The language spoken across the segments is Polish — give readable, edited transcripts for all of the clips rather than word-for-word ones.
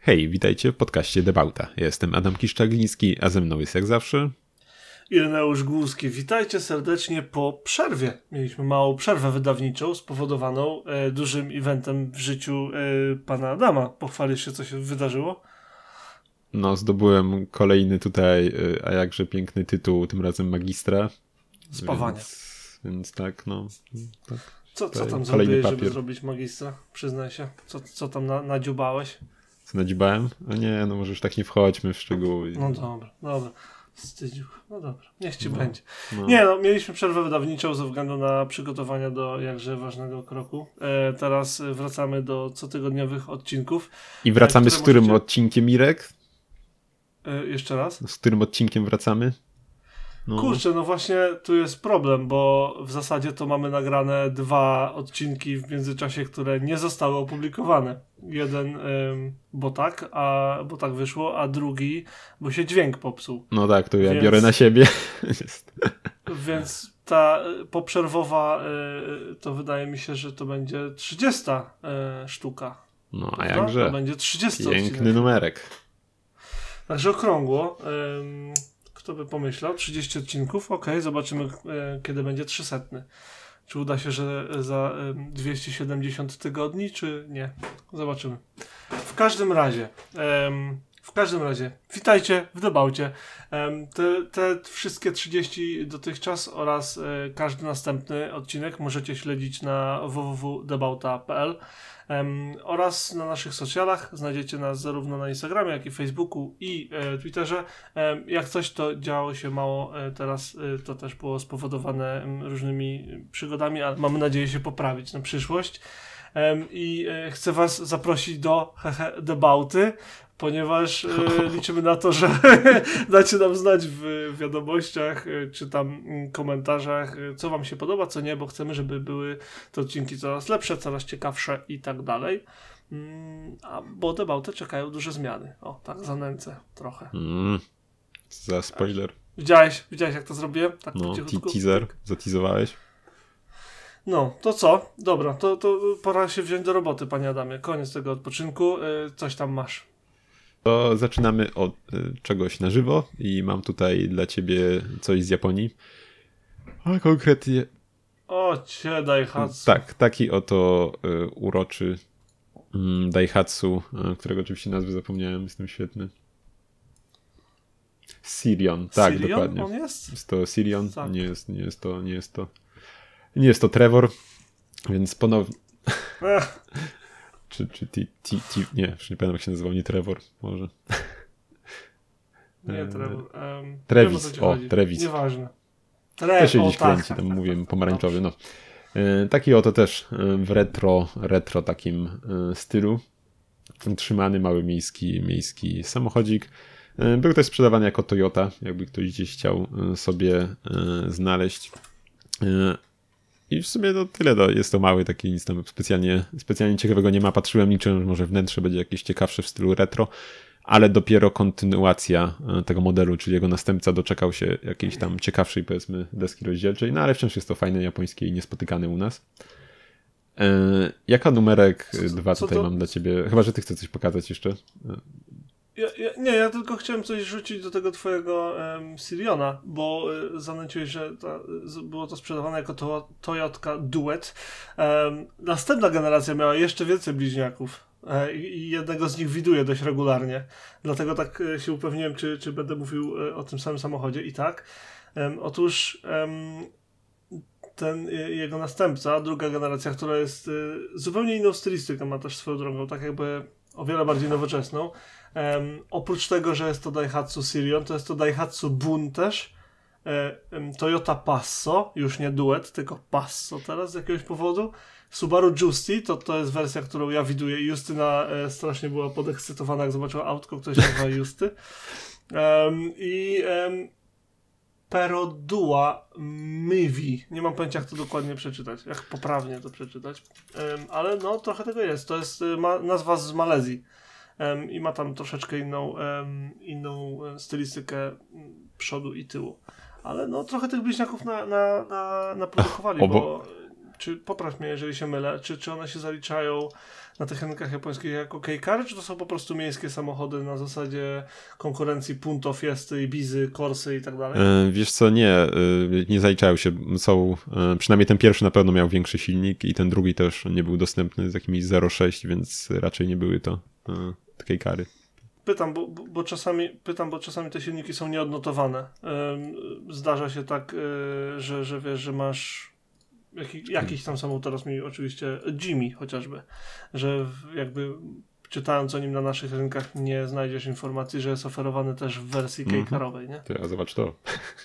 Hej, witajcie w podcaście Debauta. Ja jestem Adam Kiszczagliński, a ze mną jest jak zawsze Ireneusz Głuski. Witajcie serdecznie po przerwie. Mieliśmy małą przerwę wydawniczą spowodowaną dużym eventem w życiu pana Adama. Pochwalisz się, co się wydarzyło? No, zdobyłem kolejny tutaj, a jakże piękny tytuł, tym razem magistra. Spawania. Więc tak, no. Tak, co tam zrobiłeś, żeby zrobić magistra? Przyznaj się. Co tam nadziubałeś? Co nadziubałem? A nie, no może już tak nie wchodźmy w szczegóły. No dobra. Wstydził. No dobra, niech ci będzie. Nie, mieliśmy przerwę wydawniczą ze względu na przygotowania do jakże ważnego kroku. Teraz wracamy do cotygodniowych odcinków. I wracamy z którym odcinkiem, Mirek? Jeszcze raz? Z którym odcinkiem wracamy? No. Kurczę, no właśnie tu jest problem, bo w zasadzie to mamy nagrane 2 odcinki w międzyczasie, które nie zostały opublikowane. Jeden, bo tak wyszło, a drugi, bo się dźwięk popsuł. No tak, to ja biorę na siebie. Więc ta poprzerwowa, to wydaje mi się, że to będzie 30 sztuka. No a jakże? To będzie 30 piękny odcinek. Numerek. Także okrągło. Kto by pomyślał? 30 odcinków, zobaczymy kiedy będzie 300. Czy uda się, że za 270 tygodni, czy nie? Zobaczymy. W każdym razie, witajcie w Debaucie. Te wszystkie 30 dotychczas oraz każdy następny odcinek możecie śledzić na www.debauta.pl oraz na naszych socialach. Znajdziecie nas zarówno na Instagramie, jak i Facebooku i Twitterze. Jak coś, to działo się mało teraz, to też było spowodowane różnymi przygodami, ale mamy nadzieję się poprawić na przyszłość. I chcę was zaprosić do Debauty, ponieważ liczymy na to, że dacie nam znać w wiadomościach, czy tam komentarzach, co wam się podoba, co nie, bo chcemy, żeby były te odcinki coraz lepsze, coraz ciekawsze i tak dalej. Bo Debautę czekają duże zmiany. O, tak zanęcę trochę. Za spoiler. Widziałeś jak to zrobiłem? Tak no, po cichutku. Teaser, zatizowałeś. No, to co? Dobra, to pora się wziąć do roboty, panie Adamie. Koniec tego odpoczynku. Coś tam masz. To zaczynamy od czegoś na żywo i mam tutaj dla ciebie coś z Japonii. A konkretnie... Daihatsu. Tak, taki oto uroczy Daihatsu, którego oczywiście nazwy zapomniałem, jestem świetny. Sirion, tak, Sirion? dokładnie. On jest? Jest to Sirion, tak. nie jest to Trevor, więc ponownie... nie, już nie pamiętam jak się nazywał, nie Trevor, może. Nie Trevor. Travis, Travis. Nieważne. Też się gdzieś kręci, tam mówiłem pomarańczowy, no. Taki oto też w retro takim stylu. Trzymany mały miejski samochodzik. Był też sprzedawany jako Toyota, jakby ktoś gdzieś chciał sobie znaleźć. I w sumie to tyle, jest to mały, taki nic tam specjalnie ciekawego nie ma. Patrzyłem, liczyłem, że może wnętrze będzie jakieś ciekawsze w stylu retro, ale dopiero kontynuacja tego modelu, czyli jego następca doczekał się jakiejś tam ciekawszej, powiedzmy, deski rozdzielczej, no ale wciąż jest to fajne, japońskie i niespotykane u nas. Jaka numerek 2 tutaj mam dla ciebie? Chyba, że ty chcesz coś pokazać jeszcze. Ja tylko chciałem coś rzucić do tego twojego Siriona, bo zanęciłeś, że było to sprzedawane jako Toyota Duet. Następna generacja miała jeszcze więcej bliźniaków i jednego z nich widuję dość regularnie. Dlatego tak się upewniłem, czy będę mówił o tym samym samochodzie. I tak. Otóż ten jego następca, druga generacja, która jest zupełnie inną stylistyką, ma też swoją drogą, tak jakby o wiele bardziej nowoczesną. Oprócz tego, że jest to Daihatsu Sirion, to jest to Daihatsu Bun też. Toyota Passo, już nie Duet, tylko Passo teraz z jakiegoś powodu. Subaru Justy, to jest wersja, którą ja widuję. Justyna strasznie była podekscytowana, jak zobaczyła autko, które się nazywa Justy. Perodua Myvi. Nie mam pojęcia, jak to dokładnie przeczytać, jak poprawnie to przeczytać. Ale no, trochę tego jest. To jest nazwa z Malezji. I ma tam troszeczkę inną stylistykę przodu i tyłu. Ale no, trochę tych bliźniaków naprodukowali, bo czy popraw mnie, jeżeli się mylę, czy one się zaliczają na tych rynkach japońskich jako kei-kary, czy to są po prostu miejskie samochody na zasadzie konkurencji Punto, Fiesty, Ibizy, Corsy i tak dalej? Wiesz co, nie zaliczają się. Przynajmniej ten pierwszy na pewno miał większy silnik i ten drugi też nie był dostępny z jakimiś 0,6, więc raczej nie były to takiej kary. Pytam, bo czasami te silniki są nieodnotowane. Zdarza się tak, że wiesz, że masz jakiś tam samochód, teraz mi oczywiście Jimmy chociażby, że jakby czytając o nim na naszych rynkach nie znajdziesz informacji, że jest oferowany też w wersji kei-karowej, nie? To ja zobacz to.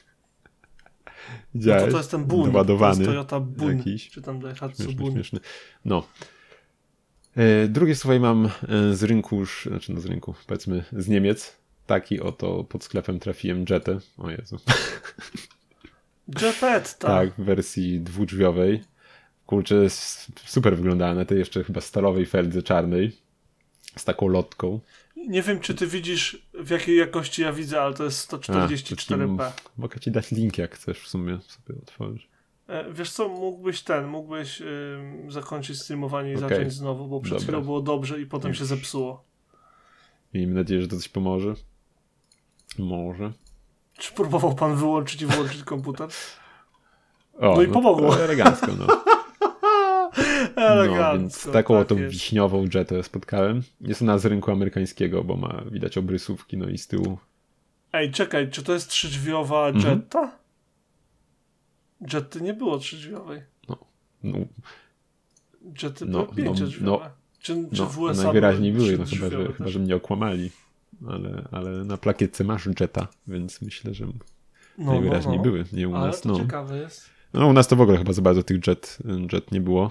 No to jest ten Bun, doładowany to jest Toyota Bun, jakiś. czy tam Daihatsu Bun. Śmieszny. No. Drugie słuchaj mam z rynku już, znaczy no z rynku, powiedzmy z Niemiec. Taki oto pod sklepem trafiłem Jettę. O Jezu. Jettetta. Tak, w wersji dwudrzwiowej. Kurczę, super wyglądała na tej jeszcze chyba stalowej feldze czarnej. Z taką lotką. Nie wiem, czy ty widzisz, w jakiej jakości ja widzę, ale to jest 144p. Mogę ci dać link, jak chcesz w sumie sobie otworzyć. Wiesz co, mógłbyś zakończyć streamowanie i zacząć znowu, bo przed chwilą było dobrze i potem się zepsuło. Miejmy nadzieję, że to coś pomoże. Może. Czy próbował pan wyłączyć i włączyć komputer? O, no i pomogło. Elegancko, no. Elegancko, no, więc taką tak oto jest. wiśniową Jettę spotkałem. Jest ona z rynku amerykańskiego, bo ma widać obrysówki, no i z tyłu. Ej, czekaj, czy to jest trzydrzwiowa Jetta? Jetty nie było trzydrzwiowej. No, Jetty były pięciodrzwiowe. Czy w USA najwyraźniej były, chyba, że mnie okłamali. Ale na plakietce masz Jetta, więc myślę, że najwyraźniej były, nie u nas. Ale to ciekawe jest. No u nas to w ogóle chyba za bardzo tych jet nie było.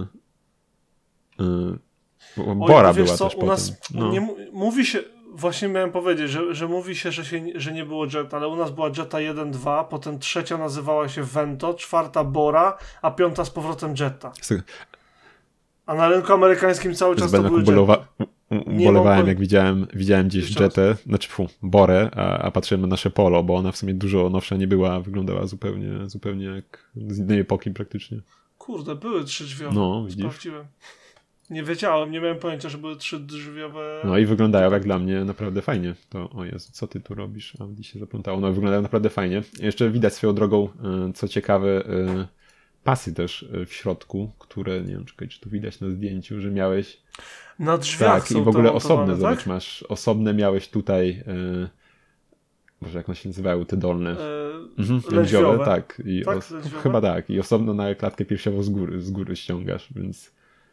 Bora była też u nas potem. nie, mówi się, właśnie miałem powiedzieć, że mówi się, że nie było Jetta, ale u nas była Jetta 1.2, potem trzecia nazywała się Vento, czwarta Bora, a piąta z powrotem Jetta. A na rynku amerykańskim cały czas to były Jetty. Ubolewałem, jak widziałem gdzieś Jettę, znaczy Borę, a patrzyłem na nasze Polo, bo ona w sumie dużo nowsza nie była, wyglądała zupełnie jak z innej epoki praktycznie. Kurde, były trzydrzwiowe. No, widzisz. Sprawdziłem. Nie wiedziałem, nie miałem pojęcia, że były trzydrzwiowe. No i wyglądają jak dla mnie naprawdę fajnie. To, o Jezu, co ty tu robisz? Audi się zaplątało. No wyglądają naprawdę fajnie. Jeszcze widać swoją drogą, co ciekawe, pasy też w środku, które, nie wiem, czekaj, czy tu widać na zdjęciu, że miałeś... Na drzwiach tak, są i w ogóle osobne, zobacz, tak? masz osobne miałeś tutaj, może jak one się nazywały, te dolne, lędźwiowe, tak, i tak chyba tak, i osobno na klatkę piersiową z góry ściągasz, więc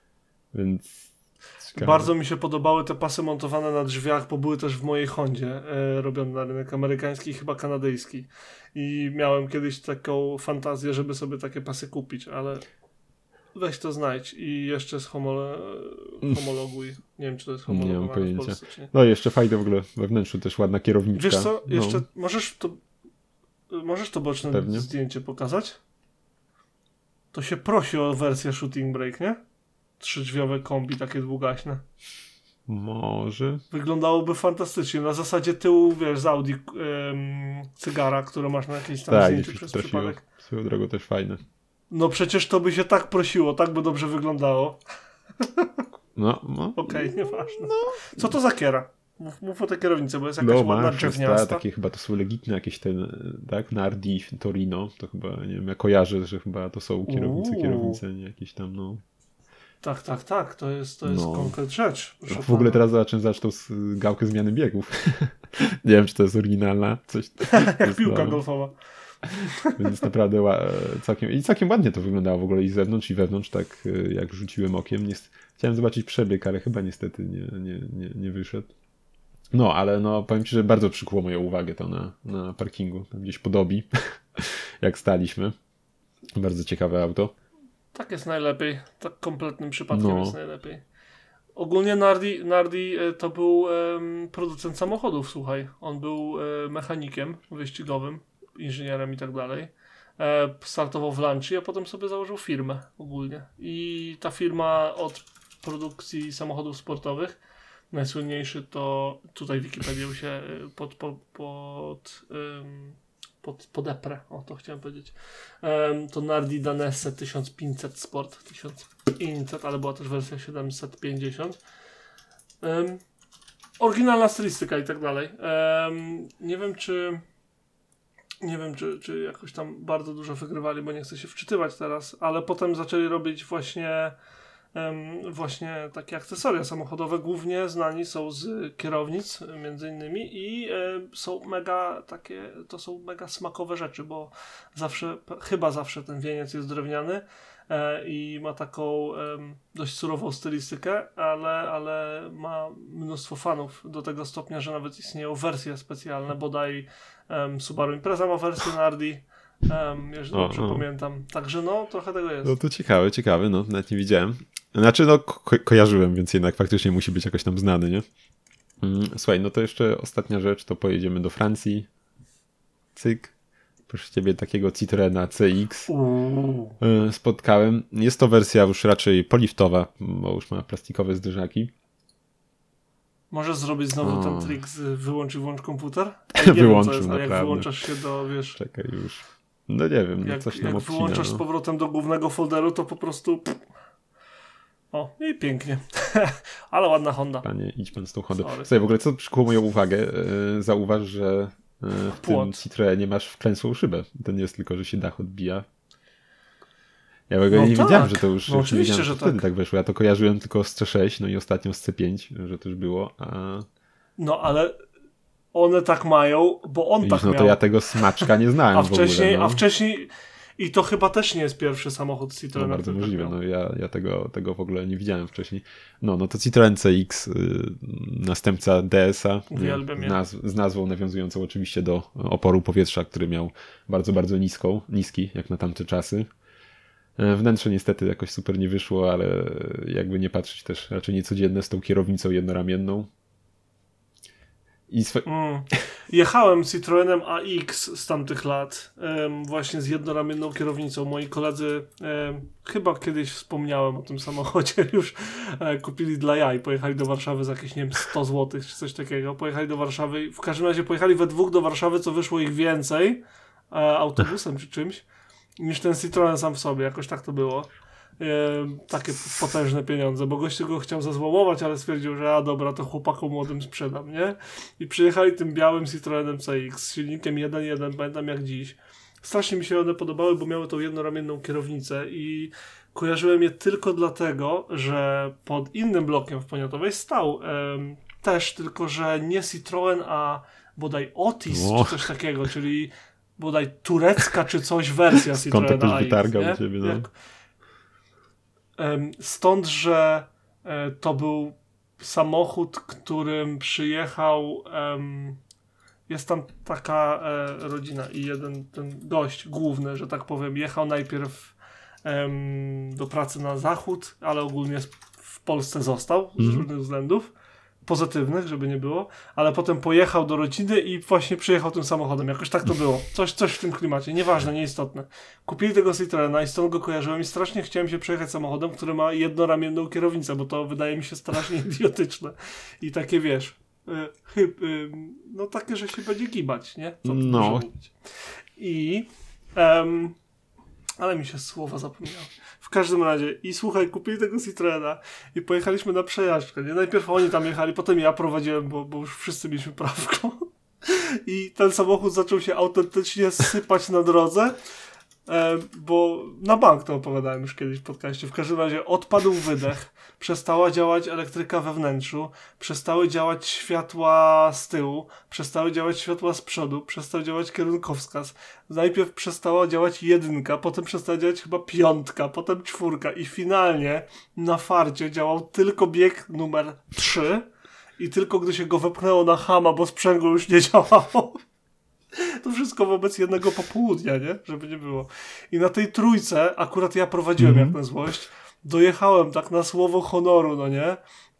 ciekawe. Bardzo mi się podobały te pasy montowane na drzwiach, bo były też w mojej Hondzie robione na rynek amerykański i chyba kanadyjski i miałem kiedyś taką fantazję, żeby sobie takie pasy kupić, ale weź to znajdź i jeszcze homologuj. Nie wiem, czy to jest homologowane nie mam pojęcia. w Polsce, czy nie. No i jeszcze fajne w ogóle we wnętrzu też ładna kierowniczka. Wiesz co, jeszcze no. możesz to boczne Pewnie. zdjęcie pokazać? To się prosi o wersję Shooting Brake, nie? Trzydrzwiowe kombi, takie dwugaśne. Może. Wyglądałoby fantastycznie. Na zasadzie tyłu, wiesz, z Audi cygara, które masz na jakimś tam zdjęciu przez przypadek. Swoją drogą też fajne. No przecież to by się tak prosiło, tak by dobrze wyglądało. No. Okej, nieważne. Co to za kiera? Mów o tej kierownicy, bo jest jakaś ładna drewniasta. Takie chyba to są legitne jakieś tak? Nardi, Torino, to chyba, nie wiem, ja kojarzę, że chyba to są kierownice, nie jakieś tam, no. Tak, to jest konkret rzecz. W ogóle teraz zobaczyłem tą gałkę zmiany biegów. Nie wiem, czy to jest oryginalna. Coś jak piłka golfowa. Więc naprawdę całkiem ładnie to wyglądało w ogóle i z zewnątrz i wewnątrz, tak jak rzuciłem okiem. Chciałem zobaczyć przebieg, ale chyba niestety nie wyszedł. No, ale no powiem ci, że bardzo przykuło moją uwagę to na parkingu, tam gdzieś pod Obi, jak staliśmy. Bardzo ciekawe auto. Tak jest najlepiej. Tak kompletnym przypadkiem jest najlepiej. Ogólnie Nardi to był producent samochodów, słuchaj. On był mechanikiem wyścigowym, inżynierem i tak dalej. Startował w Lancia, a potem sobie założył firmę ogólnie. I ta firma od produkcji samochodów sportowych, najsłynniejszy to, tutaj Wikipedią się podeprę, o to chciałem powiedzieć. To Nardi Danesse 1500 Sport, 1500, ale była też wersja 750. Oryginalna stylistyka i tak dalej. Nie wiem, czy jakoś tam bardzo dużo wygrywali, bo nie chcę się wczytywać teraz, ale potem zaczęli robić właśnie takie akcesoria samochodowe. Głównie znani są z kierownic między innymi i to są mega smakowe rzeczy, bo chyba zawsze ten wieniec jest drewniany i ma taką dość surową stylistykę, ale ma mnóstwo fanów do tego stopnia, że nawet istnieją wersje specjalne, bodaj Subaru Impreza ma wersję Nardi, jeżeli dobrze pamiętam. Także trochę tego jest. No to ciekawe, nawet nie widziałem. Znaczy, kojarzyłem, więc jednak faktycznie musi być jakoś tam znany, nie? Słuchaj, no to jeszcze ostatnia rzecz, to pojedziemy do Francji. Cyk. Proszę ciebie, takiego Citroena CX spotkałem. Jest to wersja już raczej poliftowa, bo już ma plastikowe zderzaki. Możesz zrobić znowu ten trik z wyłącz i włącz komputer? Wyłączył, wiem, naprawdę. Jak wyłączasz się do, wiesz... Czekaj już. No nie wiem, coś nam jak obcina. wyłączasz z powrotem do głównego folderu, to po prostu... O, i pięknie. Ale ładna Honda. Panie, idź pan z tą Hondą. Słuchaj, w ogóle co przykuło moją uwagę? Zauważ, że w tym Citroenie masz wklęsłą szybę. To nie jest tylko, że się dach odbija. Ja w ogóle nie wiedziałem, że to już oczywiście, że wtedy tak weszło. Ja to kojarzyłem tylko z C6, no i ostatnio z C5, że to już było. No ale one tak mają, bo on tak miał. No to ja tego smaczka nie znałem w ogóle. A wcześniej i to chyba też nie jest pierwszy samochód Citroena. No bardzo możliwe, no ja tego w ogóle nie widziałem wcześniej. No to Citroen CX, następca DS-a, z nazwą nawiązującą oczywiście do oporu powietrza, który miał bardzo, bardzo niski, jak na tamte czasy. Wnętrze niestety jakoś super nie wyszło, ale jakby nie patrzeć też raczej niecodzienne z tą kierownicą jednoramienną. Jechałem Citroenem AX z tamtych lat, właśnie z jednoramienną kierownicą. Moi koledzy, chyba kiedyś wspomniałem o tym samochodzie, już kupili dla jaj. Pojechali do Warszawy za jakieś, nie wiem, 100 zł czy coś takiego. Pojechali do Warszawy, w każdym razie pojechali we dwóch do Warszawy, co wyszło ich więcej autobusem czy czymś, niż ten Citroen sam w sobie. Jakoś tak to było. Takie potężne pieniądze, bo gościu go chciał zezłomować, ale stwierdził, że dobra, to chłopakom młodym sprzedam, nie? I przyjechali tym białym Citroenem CX z silnikiem 1.1, pamiętam jak dziś. Strasznie mi się one podobały, bo miały tą jednoramienną kierownicę i kojarzyłem je tylko dlatego, że pod innym blokiem w Poniatowej stał też, tylko że nie Citroen, a bodaj Otis czy coś takiego, czyli bodaj turecka czy coś wersja Citroena AX. Skąd to ktoś wytargał u ciebie, no? Stąd, że to był samochód, którym przyjechał, jest tam taka rodzina i ten gość główny, że tak powiem, jechał najpierw do pracy na zachód, ale ogólnie w Polsce został z różnych względów pozytywnych, żeby nie było, ale potem pojechał do rodziny i właśnie przyjechał tym samochodem. Jakoś tak to było. Coś w tym klimacie. Nieważne, nieistotne. Kupili tego Citroena i stąd go kojarzyłem i strasznie chciałem się przejechać samochodem, który ma jednoramienną kierownicę, bo to wydaje mi się strasznie idiotyczne. I takie, wiesz, no takie, że się będzie gibać, nie? Co tu może mówić. I ale mi się słowa zapomniały. W każdym razie, i słuchaj, kupili tego Citroena i pojechaliśmy na przejażdżkę. Nie? Najpierw oni tam jechali, potem ja prowadziłem, bo już wszyscy mieliśmy prawko. I ten samochód zaczął się autentycznie sypać na drodze, bo na bank to opowiadałem już kiedyś w podcaście. W każdym razie odpadł wydech, przestała działać elektryka we wnętrzu, przestały działać światła z tyłu, przestały działać światła z przodu, przestał działać kierunkowskaz. Najpierw przestała działać 1, potem przestała działać chyba 5, potem 4 i finalnie na farcie działał tylko bieg numer 3 i tylko gdy się go wepchnęło na hama, bo sprzęgło już nie działało. To wszystko wobec jednego popołudnia, nie? Żeby nie było. I na tej trójce, akurat ja prowadziłem jak na złość, dojechałem tak na słowo honoru, no nie?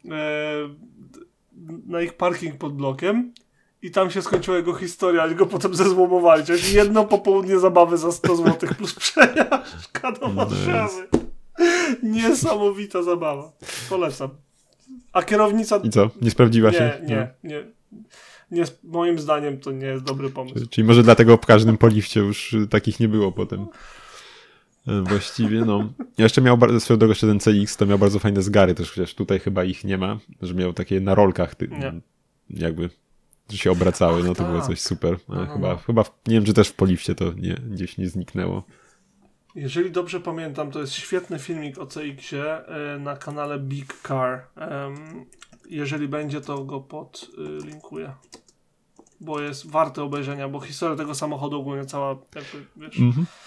Na ich parking pod blokiem i tam się skończyła jego historia, ale go potem zezłomowali. Czyli jedno popołudnie zabawy za 100 zł plus przejażdżka do Warszawy. Niesamowita zabawa. Polecam. A kierownica... I co? Nie sprawdziła się? Nie. moim zdaniem to nie jest dobry pomysł. Czyli może dlatego w każdym polifcie już takich nie było potem. Właściwie, no. Ja jeszcze miał swoją drogą jeszcze ten CX, to miał bardzo fajne zgary też, chociaż tutaj chyba ich nie ma, że miał takie na rolkach, jakby, że się obracały, no to było coś super. Chyba, nie wiem, czy też w polifcie to gdzieś nie zniknęło. Jeżeli dobrze pamiętam, to jest świetny filmik o CX-ie na kanale Big Car. Jeżeli będzie, to go podlinkuję. Bo jest warte obejrzenia, bo historia tego samochodu ogólnie cała, jakby, wiesz,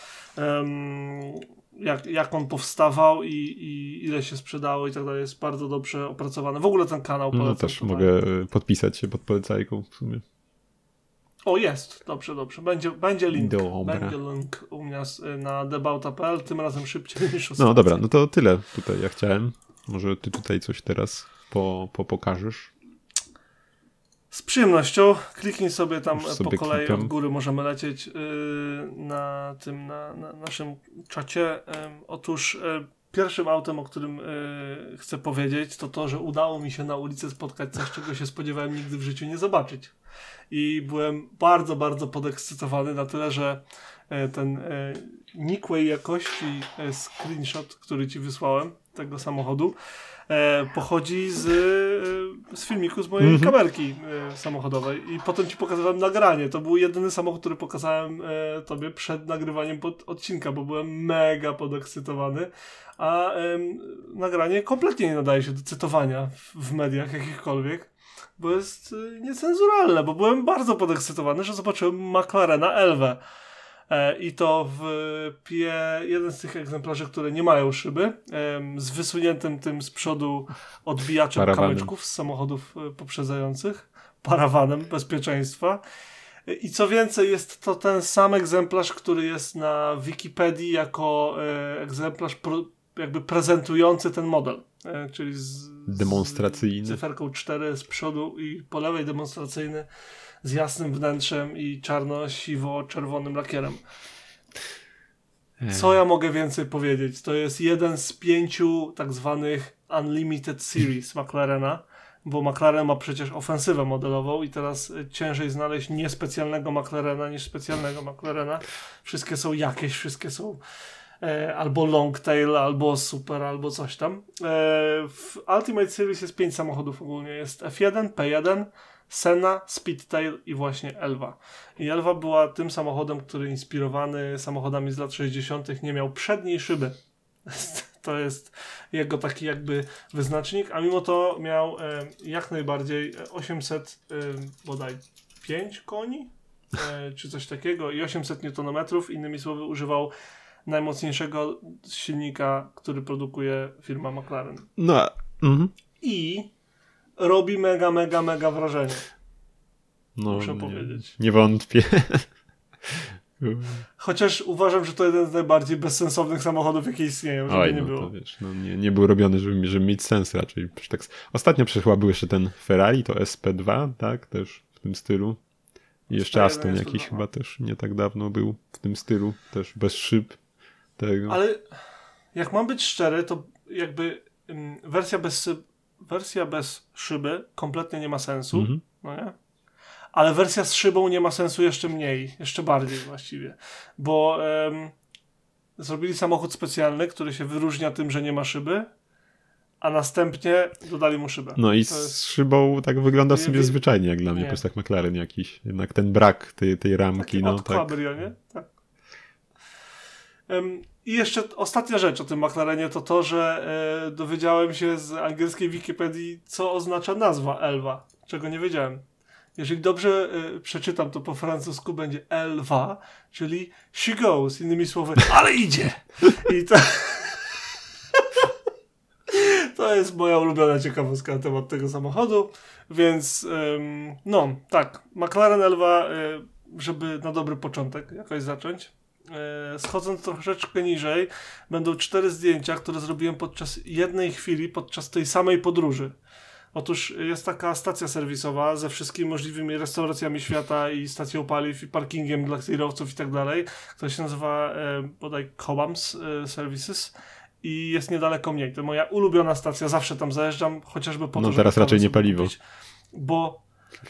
jak on powstawał i ile się sprzedało i tak dalej, jest bardzo dobrze opracowany. W ogóle ten kanał polecam. No też mogę podpisać się pod polecajką w sumie. O, jest. Dobrze. Będzie link. Dobra. Będzie link u mnie na debauta.pl, tym razem szybciej niż ostatnio. No dobra, no to tyle tutaj ja chciałem. Może ty tutaj coś teraz pokażesz. Z przyjemnością. Kliknij sobie tam po kolei klikam. od góry, możemy lecieć na naszym czacie. Otóż pierwszym autem, o którym chcę powiedzieć, to to, że udało mi się na ulicy spotkać coś, czego się spodziewałem nigdy w życiu nie zobaczyć. I byłem bardzo, bardzo podekscytowany na tyle, że ten nikłej jakości screenshot, który ci wysłałem, tego samochodu, pochodzi z filmiku z mojej kamerki samochodowej i potem ci pokazywałem nagranie. To był jedyny samochód, który pokazałem tobie przed nagrywaniem odcinka, bo byłem mega podekscytowany, a nagranie kompletnie nie nadaje się do cytowania w mediach jakichkolwiek, bo jest niecenzuralne, bo byłem bardzo podekscytowany, że zobaczyłem McLarena Elwę. I to jeden z tych egzemplarzy, które nie mają szyby, z wysuniętym tym z przodu odbijaczem kamyczków z samochodów poprzedzających, parawanem bezpieczeństwa. I co więcej, jest to ten sam egzemplarz, który jest na Wikipedii jako egzemplarz jakby prezentujący ten model, czyli demonstracyjny. Z cyferką 4 z przodu i po lewej demonstracyjny z jasnym wnętrzem i czarno-siwo-czerwonym lakierem. Co ja mogę więcej powiedzieć? To jest jeden z 5 tak zwanych Unlimited Series McLarena, bo McLaren ma przecież ofensywę modelową i teraz ciężej znaleźć niespecjalnego McLarena niż specjalnego McLarena. Wszystkie są jakieś, wszystkie są albo Longtail, albo Super, albo coś tam. W Ultimate Series jest 5 samochodów ogólnie. Jest F1, P1, Senna, Speedtail i właśnie Elva. I Elva była tym samochodem, który inspirowany samochodami z lat 60. nie miał przedniej szyby. To jest jego taki jakby wyznacznik, a mimo to miał jak najbardziej 800 bodaj 5 koni, czy coś takiego i 800 Nm. Innymi słowy używał najmocniejszego silnika, który produkuje firma McLaren. No. I robi mega wrażenie. No, muszę powiedzieć. Nie wątpię. Chociaż uważam, że to jeden z najbardziej bezsensownych samochodów, jakie istnieją, żeby nie było. To wiesz, nie był robiony, żeby mieć sens raczej. Tak, ostatnio chyba był jeszcze ten Ferrari, to SP2, tak? Też w tym stylu. I jeszcze Aston jakiś chyba też nie tak dawno był w tym stylu, też bez szyb. Tego. Ale jak mam być szczery, to jakby wersja bez szyby kompletnie nie ma sensu, no nie? Ale wersja z szybą nie ma sensu jeszcze mniej, jeszcze bardziej właściwie, bo zrobili samochód specjalny, który się wyróżnia tym, że nie ma szyby, a następnie dodali mu szybę. No i z szybą tak wygląda w sumie zwyczajnie, jak dla mnie, po prostu jak McLaren jakiś. Jednak ten brak tej ramki. Taki cabrio, nie? Tak. I jeszcze ostatnia rzecz o tym McLarenie to to, że dowiedziałem się z angielskiej Wikipedii, co oznacza nazwa Elva, czego nie wiedziałem. Jeżeli dobrze przeczytam, to po francusku będzie Elva, czyli she goes, innymi słowy, ale idzie! I to jest moja ulubiona ciekawostka na temat tego samochodu, więc no, tak, McLaren Elva, żeby na dobry początek jakoś zacząć. Schodząc troszeczkę niżej, będą 4 zdjęcia, które zrobiłem podczas jednej chwili, podczas tej samej podróży. Otóż jest taka stacja serwisowa ze wszystkimi możliwymi restauracjami świata i stacją paliw i parkingiem dla kierowców i tak dalej, która się nazywa bodaj Cobhams Services i jest niedaleko mnie. To moja ulubiona stacja, zawsze tam zajeżdżam, chociażby po to, teraz raczej nie paliwo. Kupić, bo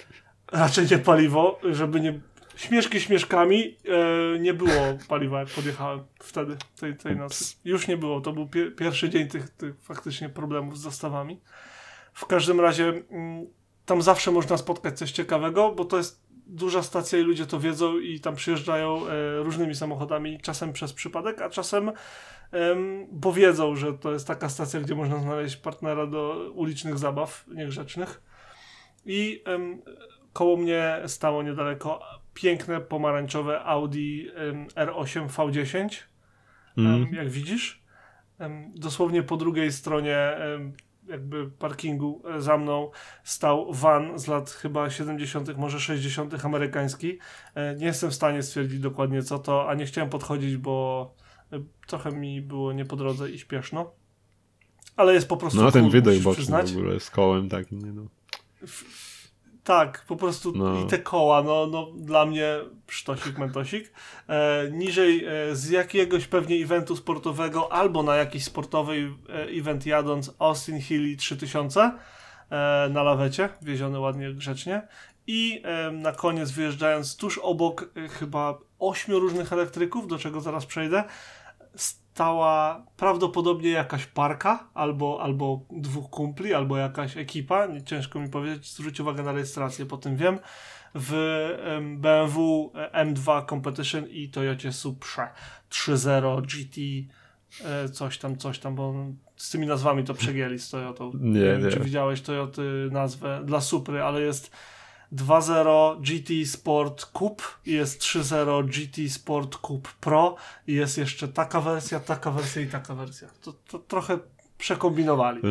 raczej nie paliwo, żeby nie... Śmieszki śmieszkami, nie było paliwa, jak podjechałem wtedy, tej nocy. Już nie było, to był pierwszy dzień tych faktycznie problemów z dostawami. W każdym razie tam zawsze można spotkać coś ciekawego, bo to jest duża stacja i ludzie to wiedzą i tam przyjeżdżają różnymi samochodami, czasem przez przypadek, a czasem bo wiedzą, że to jest taka stacja, gdzie można znaleźć partnera do ulicznych zabaw niegrzecznych. I koło mnie stało niedaleko piękne, pomarańczowe Audi R8 V10, jak widzisz. Dosłownie po drugiej stronie jakby parkingu za mną stał van z lat chyba 70., może 60. amerykański. Nie jestem w stanie stwierdzić dokładnie co to, a nie chciałem podchodzić, bo trochę mi było nie po drodze i śpieszno. Ale jest po prostu no ten cool, wydech musisz boczny przyznać. w ogóle z kołem takim, nie no. Tak, po prostu i te koła, no dla mnie sztosik, mentosik. Niżej z jakiegoś pewnie eventu sportowego albo na jakiś sportowy event jadąc Austin Healey 3000 na lawecie, wieziony ładnie, grzecznie. I na koniec wyjeżdżając tuż obok chyba 8 różnych elektryków, do czego zaraz przejdę, stała prawdopodobnie jakaś parka, albo dwóch kumpli, albo jakaś ekipa, ciężko mi powiedzieć, zwróć uwagę na rejestrację, po tym wiem, w BMW M2 Competition i Toyocie Suprze 3.0 GT coś tam, bo z tymi nazwami to przegięli z Toyotą. Nie wiem, czy widziałeś Toyoty nazwę dla Supry, ale jest 2.0 GT Sport Coupe, jest 3.0 GT Sport Coupe Pro i jest jeszcze taka wersja i taka wersja. To trochę przekombinowali.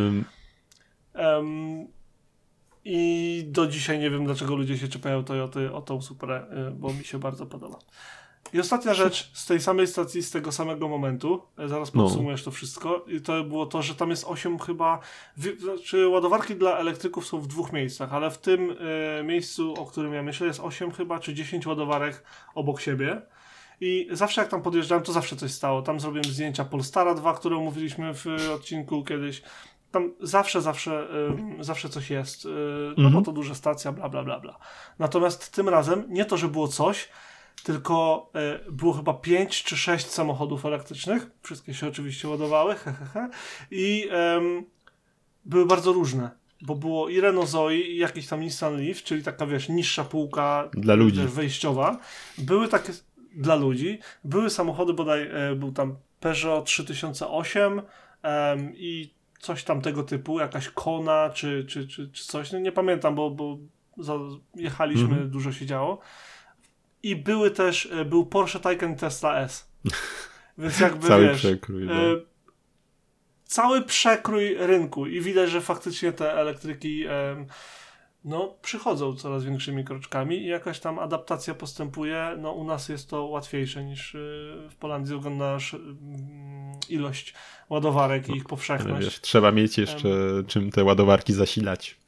I do dzisiaj nie wiem, dlaczego ludzie się czepiają Toyoty o tą Suprę, bo mi się bardzo podoba. I ostatnia rzecz z tej samej stacji, z tego samego momentu, zaraz podsumujesz to wszystko, i to było to, że tam jest 8 chyba, znaczy ładowarki dla elektryków są w 2 miejscach, ale w tym miejscu, o którym ja myślę, jest 8 chyba, czy 10 ładowarek obok siebie. I zawsze jak tam podjeżdżałem, to zawsze coś stało. Tam zrobiłem zdjęcia Polstara 2, które omówiliśmy w odcinku kiedyś. Tam zawsze coś jest, no bo to duża stacja, bla, bla, bla, bla. Natomiast tym razem nie to, że było coś, tylko było chyba 5 czy 6 samochodów elektrycznych. Wszystkie się oczywiście ładowały. I były bardzo różne. Bo było i Renault Zoe, i jakiś tam Nissan Leaf, czyli taka, wiesz, niższa półka dla ludzi. Wejściowa. Były takie dla ludzi. Były samochody, bodaj był tam Peugeot 3008 i coś tam tego typu, jakaś Kona czy coś. No, nie pamiętam, bo jechaliśmy, dużo się działo. I był Porsche Taycan i Tesla S. Więc jakby cały przekrój. No. Cały przekrój rynku i widać, że faktycznie te elektryki przychodzą coraz większymi kroczkami i jakaś tam adaptacja postępuje. No u nas jest to łatwiejsze niż w Holandii ze względu na ilość ładowarek i ich powszechność. Wiesz, trzeba mieć jeszcze czym te ładowarki zasilać.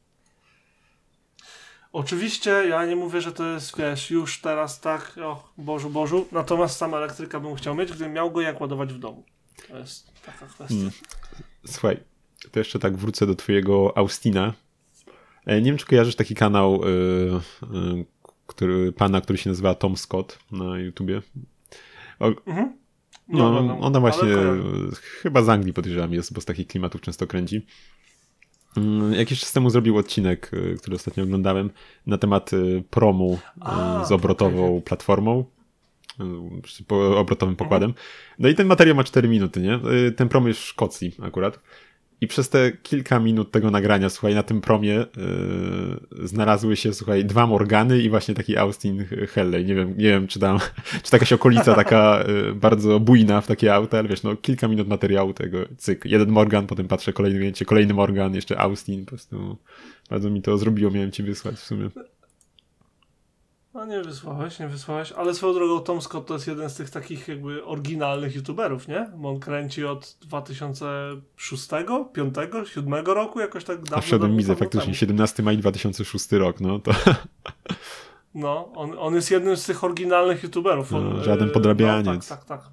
Oczywiście ja nie mówię, że to jest, wiesz, już teraz tak, Bożu, natomiast sama elektryka bym chciał mieć, gdybym miał go jak ładować w domu. To jest taka kwestia. Słuchaj, to jeszcze tak wrócę do twojego Austina. Nie wiem, czy kojarzysz taki kanał który się nazywa Tom Scott na YouTubie. On właśnie chyba z Anglii podejrzewam jest, bo z takich klimatów często kręci. Jakiś czas temu zrobił odcinek, który ostatnio oglądałem, na temat promu z obrotową platformą, obrotowym pokładem. No i ten materiał ma 4 minuty, nie? Ten prom jest w Szkocji akurat. I przez te kilka minut tego nagrania, słuchaj, na tym promie znalazły się, słuchaj, 2 Morgany i właśnie taki Austin Helley. Nie wiem, czy to jakaś okolica taka bardzo bujna w takie auta, ale wiesz, no kilka minut materiału tego, cyk, 1 Morgan, potem patrzę, kolejny Morgan, jeszcze Austin, po prostu bardzo mi to zrobiło, miałem ci wysłać w sumie. No nie wysłałeś, ale swoją drogą Tom Scott to jest jeden z tych takich jakby oryginalnych youtuberów, nie? Bo on kręci od 2006, 5, 7 roku, jakoś tak dawno. Wszedłem widzę faktycznie, 17 maj 2006 rok, no to... No, on jest jednym z tych oryginalnych youtuberów. Żaden podrabianiec. No, tak.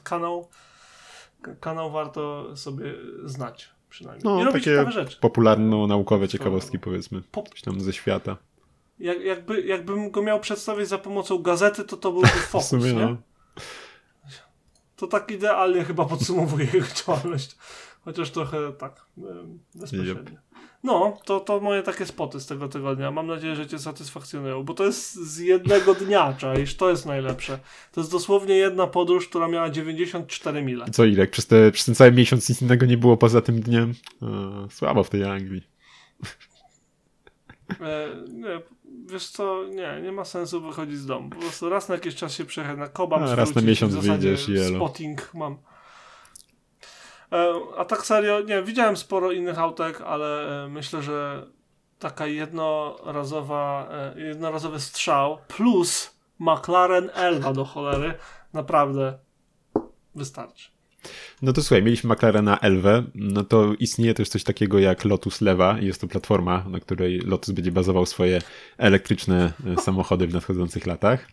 Kanał warto sobie znać przynajmniej. No, i robić takie ciekawe rzeczy. popularno-naukowe ciekawostki, powiedzmy. Coś tam ze świata. Jakbym go miał przedstawić za pomocą gazety, to byłby Focus, sumie, nie? no. To tak idealnie chyba podsumowuje jego działalność. Chociaż trochę tak bezpośrednio. Yep. No, to moje takie spoty z tego tygodnia. Mam nadzieję, że cię satysfakcjonują, bo to jest z jednego dnia, czaisz, to jest najlepsze. To jest dosłownie jedna podróż, która miała 94 mile. Co, Irek, przez ten cały miesiąc nic innego nie było poza tym dniem? Słabo w tej Anglii. Nie, wiesz co, nie ma sensu wychodzić z domu. Po prostu raz na jakiś czas się przejechać na kebab, raz na miesiąc wyjdziesz i elo. Spotting mam. A tak serio, nie, widziałem sporo innych autek, ale myślę, że taka jednorazowy strzał plus McLaren Elva do cholery naprawdę wystarczy. No to słuchaj, mieliśmy McLarena Elvę, no to istnieje też coś takiego jak Lotus Leva i jest to platforma, na której Lotus będzie bazował swoje elektryczne samochody w nadchodzących latach.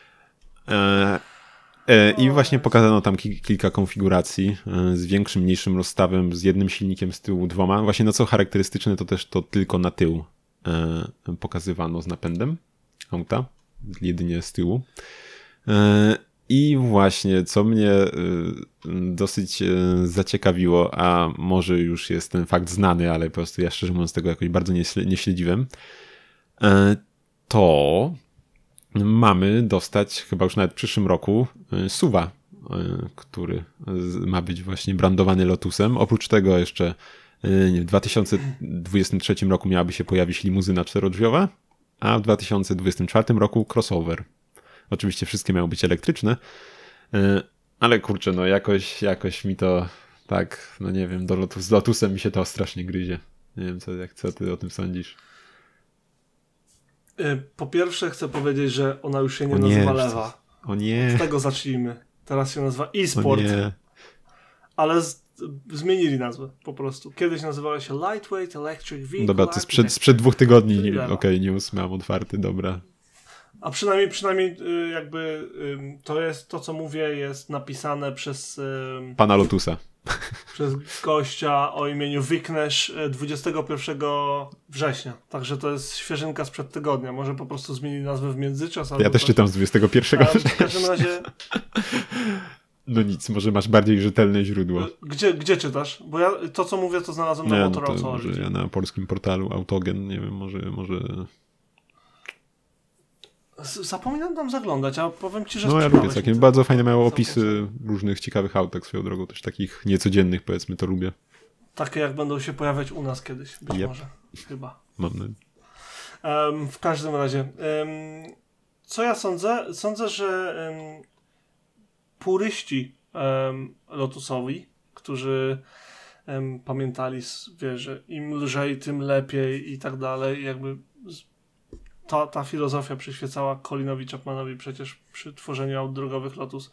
I właśnie pokazano tam kilka konfiguracji z większym, mniejszym rozstawem, z jednym silnikiem z tyłu, 2. Właśnie no co charakterystyczne, to też to tylko na tył pokazywano z napędem auta, jedynie z tyłu. I właśnie, co mnie dosyć zaciekawiło, a może już jest ten fakt znany, ale po prostu ja szczerze mówiąc tego jakoś bardzo nie śledziłem, to mamy dostać chyba już nawet w przyszłym roku SUV-a, który ma być właśnie brandowany Lotusem. Oprócz tego jeszcze w 2023 roku miałaby się pojawić limuzyna 4-drzwiowa, a w 2024 roku crossover. Oczywiście wszystkie miały być elektryczne, ale kurczę, no jakoś mi to tak, no nie wiem, z Lotusem mi się to strasznie gryzie. Nie wiem, co ty o tym sądzisz. Po pierwsze chcę powiedzieć, że ona już się nie nazywa Lewa. O nie. Od tego zacznijmy. Teraz się nazywa e-sport. Ale zmienili nazwę po prostu. Kiedyś nazywała się Lightweight Electric Vehicle. Dobra, to sprzed 2 tygodni. Okej, news miałem otwarty, dobra. A przynajmniej jakby to jest to, co mówię, jest napisane przez pana Lotusa. Przez gościa o imieniu Viknesh 21 września. Także to jest świeżynka sprzed tygodnia. Może po prostu zmienili nazwę w międzyczas. Ja też czytam z 21 września. W każdym razie... No nic, może masz bardziej rzetelne źródło. Gdzie czytasz? Bo ja to, co mówię, to znalazłem na Motor Authority. Może ja na polskim portalu Autogen, nie wiem, może... Zapominam tam zaglądać, a powiem ci, że no ja lubię takie, bardzo fajne mają opisy różnych ciekawych autek swoją drogą, też takich niecodziennych, powiedzmy, to lubię. Takie jak będą się pojawiać u nas kiedyś, być może, chyba. Mam nadzieję. W każdym razie, co ja sądzę? Sądzę, że puryści Lotusowi, którzy pamiętali, wiesz, że im lżej, tym lepiej i tak dalej, jakby ta filozofia przyświecała Colinowi Chapmanowi przecież przy tworzeniu aut drogowych Lotus.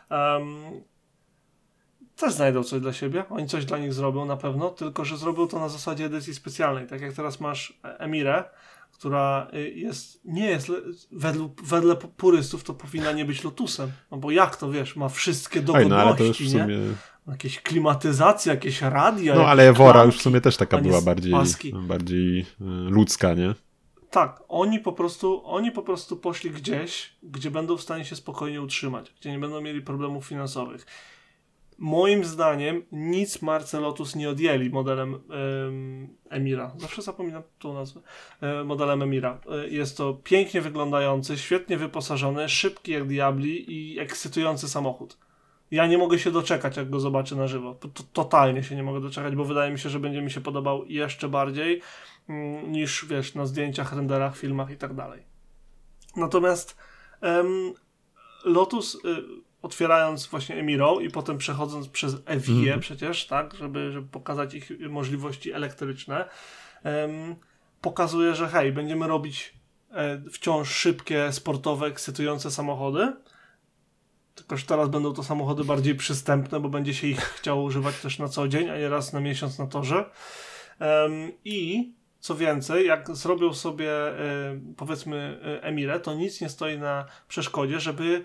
Też znajdą coś dla siebie. Oni coś dla nich zrobią na pewno, tylko że zrobią to na zasadzie edycji specjalnej. Tak jak teraz masz Emirę, która nie jest wedle purystów to powinna nie być Lotusem. No bo jak to, wiesz, ma wszystkie dogodności, no ale to już w sumie... Jakieś klimatyzacje, jakieś radia. No ale Evora już w sumie też taka była bardziej ludzka, nie? Tak, oni po prostu poszli gdzieś, gdzie będą w stanie się spokojnie utrzymać, gdzie nie będą mieli problemów finansowych. Moim zdaniem nic marce Lotus nie odjęli modelem Emira. Zawsze zapominam tą nazwę. Modelem Emira. Jest to pięknie wyglądający, świetnie wyposażony, szybki jak diabli i ekscytujący samochód. Ja nie mogę się doczekać, jak go zobaczę na żywo. Totalnie się nie mogę doczekać, bo wydaje mi się, że będzie mi się podobał jeszcze bardziej niż, wiesz, na zdjęciach, renderach, filmach i tak dalej. Natomiast Lotus, otwierając właśnie Emirą i potem przechodząc przez Evię przecież, tak, żeby pokazać ich możliwości elektryczne, pokazuje, że hej, będziemy robić wciąż szybkie, sportowe, ekscytujące samochody, tylko że teraz będą to samochody bardziej przystępne, bo będzie się ich chciało używać też na co dzień, a nie raz na miesiąc na torze. I co więcej, jak zrobią sobie powiedzmy Emirę, to nic nie stoi na przeszkodzie, żeby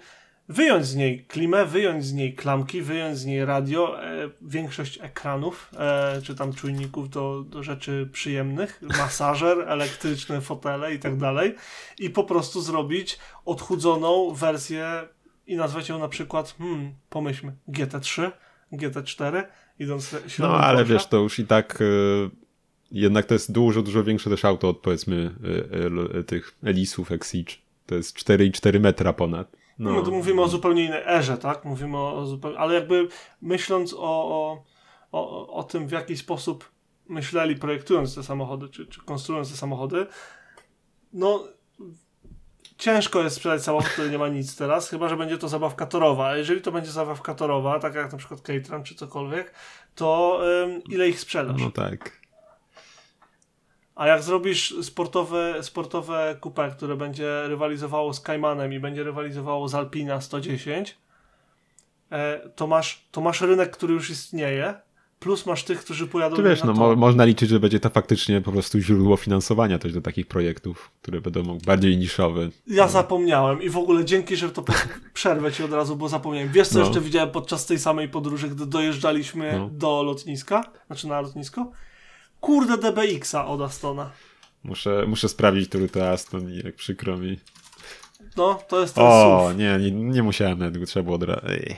wyjąć z niej klimę, wyjąć z niej klamki, wyjąć z niej radio, większość ekranów, czy tam czujników do rzeczy przyjemnych, masażer, elektryczne fotele i tak dalej i po prostu zrobić odchudzoną wersję i nazwać ją na przykład, pomyślmy, GT3, GT4, idąc śladem No, ale Porsche. wiesz, to już i tak jednak to jest dużo większe też auto od powiedzmy tych Elisów Exige. To jest 4,4 metra ponad. No to mówimy o zupełnie innej erze, tak? Mówimy o zupełnie... Ale jakby myśląc o tym, w jaki sposób myśleli projektując te samochody, czy konstruując te samochody, no ciężko jest sprzedać samochód, który nie ma nic teraz, chyba że będzie to zabawka torowa. A jeżeli to będzie zabawka torowa, tak jak na przykład Caterham czy cokolwiek, to ile ich sprzedasz? No tak. A jak zrobisz sportowe coupé, które będzie rywalizowało z Caymanem i będzie rywalizowało z Alpina 110, to masz rynek, który już istnieje, plus masz tych, którzy pojadą Ty wiesz, na to. można liczyć, że będzie to faktycznie po prostu źródło finansowania też do takich projektów, które będą bardziej niszowe. Ja zapomniałem i w ogóle dzięki, że to przerwę ci od razu, bo zapomniałem. Wiesz, co jeszcze widziałem podczas tej samej podróży, gdy dojeżdżaliśmy do lotniska, znaczy na lotnisko? Kurde, DBX-a od Astona. Muszę sprawdzić, który to Aston i jak przykro mi. No, to jest ten SUV. Nie musiałem nawet, trzeba było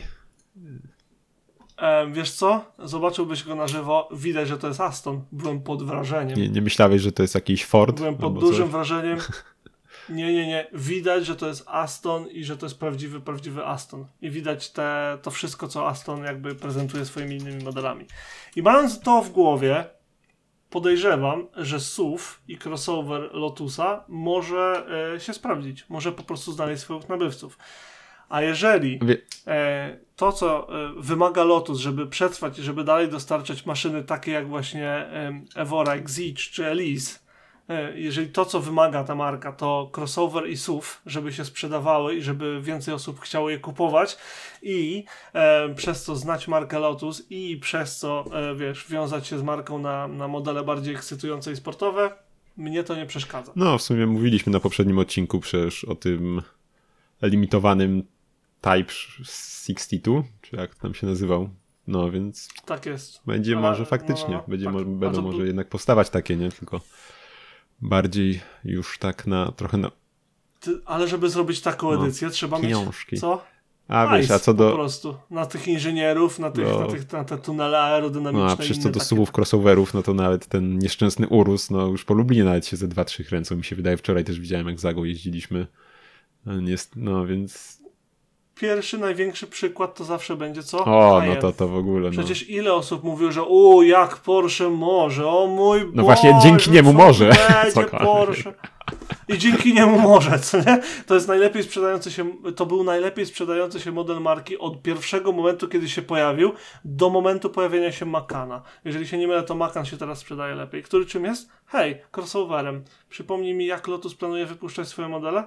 Wiesz co? Zobaczyłbyś go na żywo, widać, że to jest Aston. Byłem pod wrażeniem. Nie myślałeś, że to jest jakiś Ford? Byłem pod dużym wrażeniem. Nie. Widać, że to jest Aston i że to jest prawdziwy Aston. I widać to wszystko, co Aston jakby prezentuje swoimi innymi modelami. I mając to w głowie, podejrzewam, że SUV i crossover Lotusa może się sprawdzić. Może po prostu znaleźć swoich nabywców. A jeżeli to, co wymaga Lotus, żeby przetrwać i żeby dalej dostarczać maszyny takie jak właśnie Evora, Exige czy Elise, jeżeli to, co wymaga ta marka, to crossover i SUV, żeby się sprzedawały i żeby więcej osób chciało je kupować i przez to znać markę Lotus i przez co, wiązać się z marką na modele bardziej ekscytujące i sportowe, mnie to nie przeszkadza. No, w sumie mówiliśmy na poprzednim odcinku przecież o tym limitowanym Type 62, czy jak tam się nazywał. No, więc tak jest. Będzie może faktycznie, będą może jednak powstawać takie, nie? Tylko bardziej już tak trochę na... Ale żeby zrobić taką edycję, trzeba książki. mieć co? Wiesz, a co do... po prostu. Na tych inżynierów, na te tunele aerodynamiczne. No, a przecież co do SUV-ów, crossoverów, no to nawet ten nieszczęsny Urus, no już po Lublinie nawet się ze 2-3 kręcą. Mi się wydaje, wczoraj też widziałem, jak Zagą jeździliśmy. No, więc... Pierwszy, największy przykład to zawsze będzie co? Cayenne. No to w ogóle. Przecież ile osób mówiło, że jak Porsche może, o mój Boże. No właśnie, dzięki niemu może. Porsche. I dzięki niemu może, co nie? To był najlepiej sprzedający się model marki od pierwszego momentu, kiedy się pojawił, do momentu pojawienia się Macana. Jeżeli się nie mylę, to Macan się teraz sprzedaje lepiej. Który czym jest? Crossoverem. Przypomnij mi, jak Lotus planuje wypuszczać swoje modele?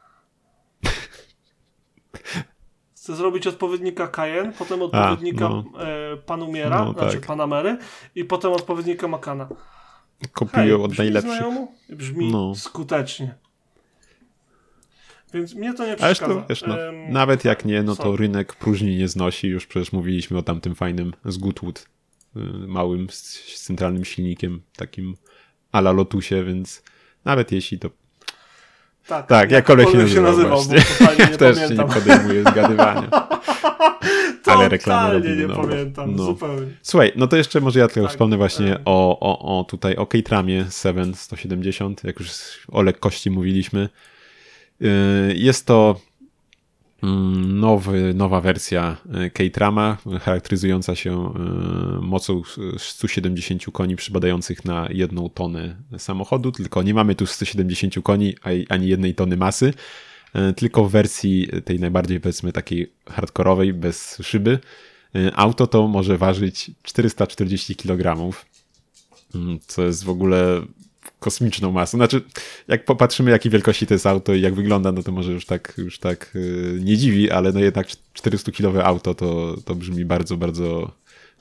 Chcę zrobić odpowiednika Cayenne, potem odpowiednika Panumiera, znaczy Panamery i potem odpowiednika Macana. Kopiują od najlepszych. Znajomo? Brzmi skutecznie. Więc mnie to nie przeszkadza. Nawet jak nie, to rynek próżni nie znosi. Już przecież mówiliśmy o tamtym fajnym z Goodwood, małym, z centralnym silnikiem, takim a la Lotusie, więc nawet jeśli to... Tak, jak kolej się nazywał, też się nie podejmuje zgadywania. Ale reklamy robimy. Nie pamiętam, zupełnie. Słuchaj, no to jeszcze może ja tylko wspomnę właśnie o Caterhamie 7170, jak już o lekkości mówiliśmy. Jest to nowa wersja Caterhama, charakteryzująca się mocą 170 koni przypadających na 1 tonę samochodu, tylko nie mamy tu 170 koni ani 1 tony masy, tylko w wersji tej najbardziej, powiedzmy, takiej hardkorowej, bez szyby. Auto to może ważyć 440 kg, co jest w ogóle kosmiczną masą. Znaczy, jak popatrzymy, jakiej wielkości to jest auto i jak wygląda, no to może już tak nie dziwi, ale no jednak 400-kilowe auto to brzmi bardzo, bardzo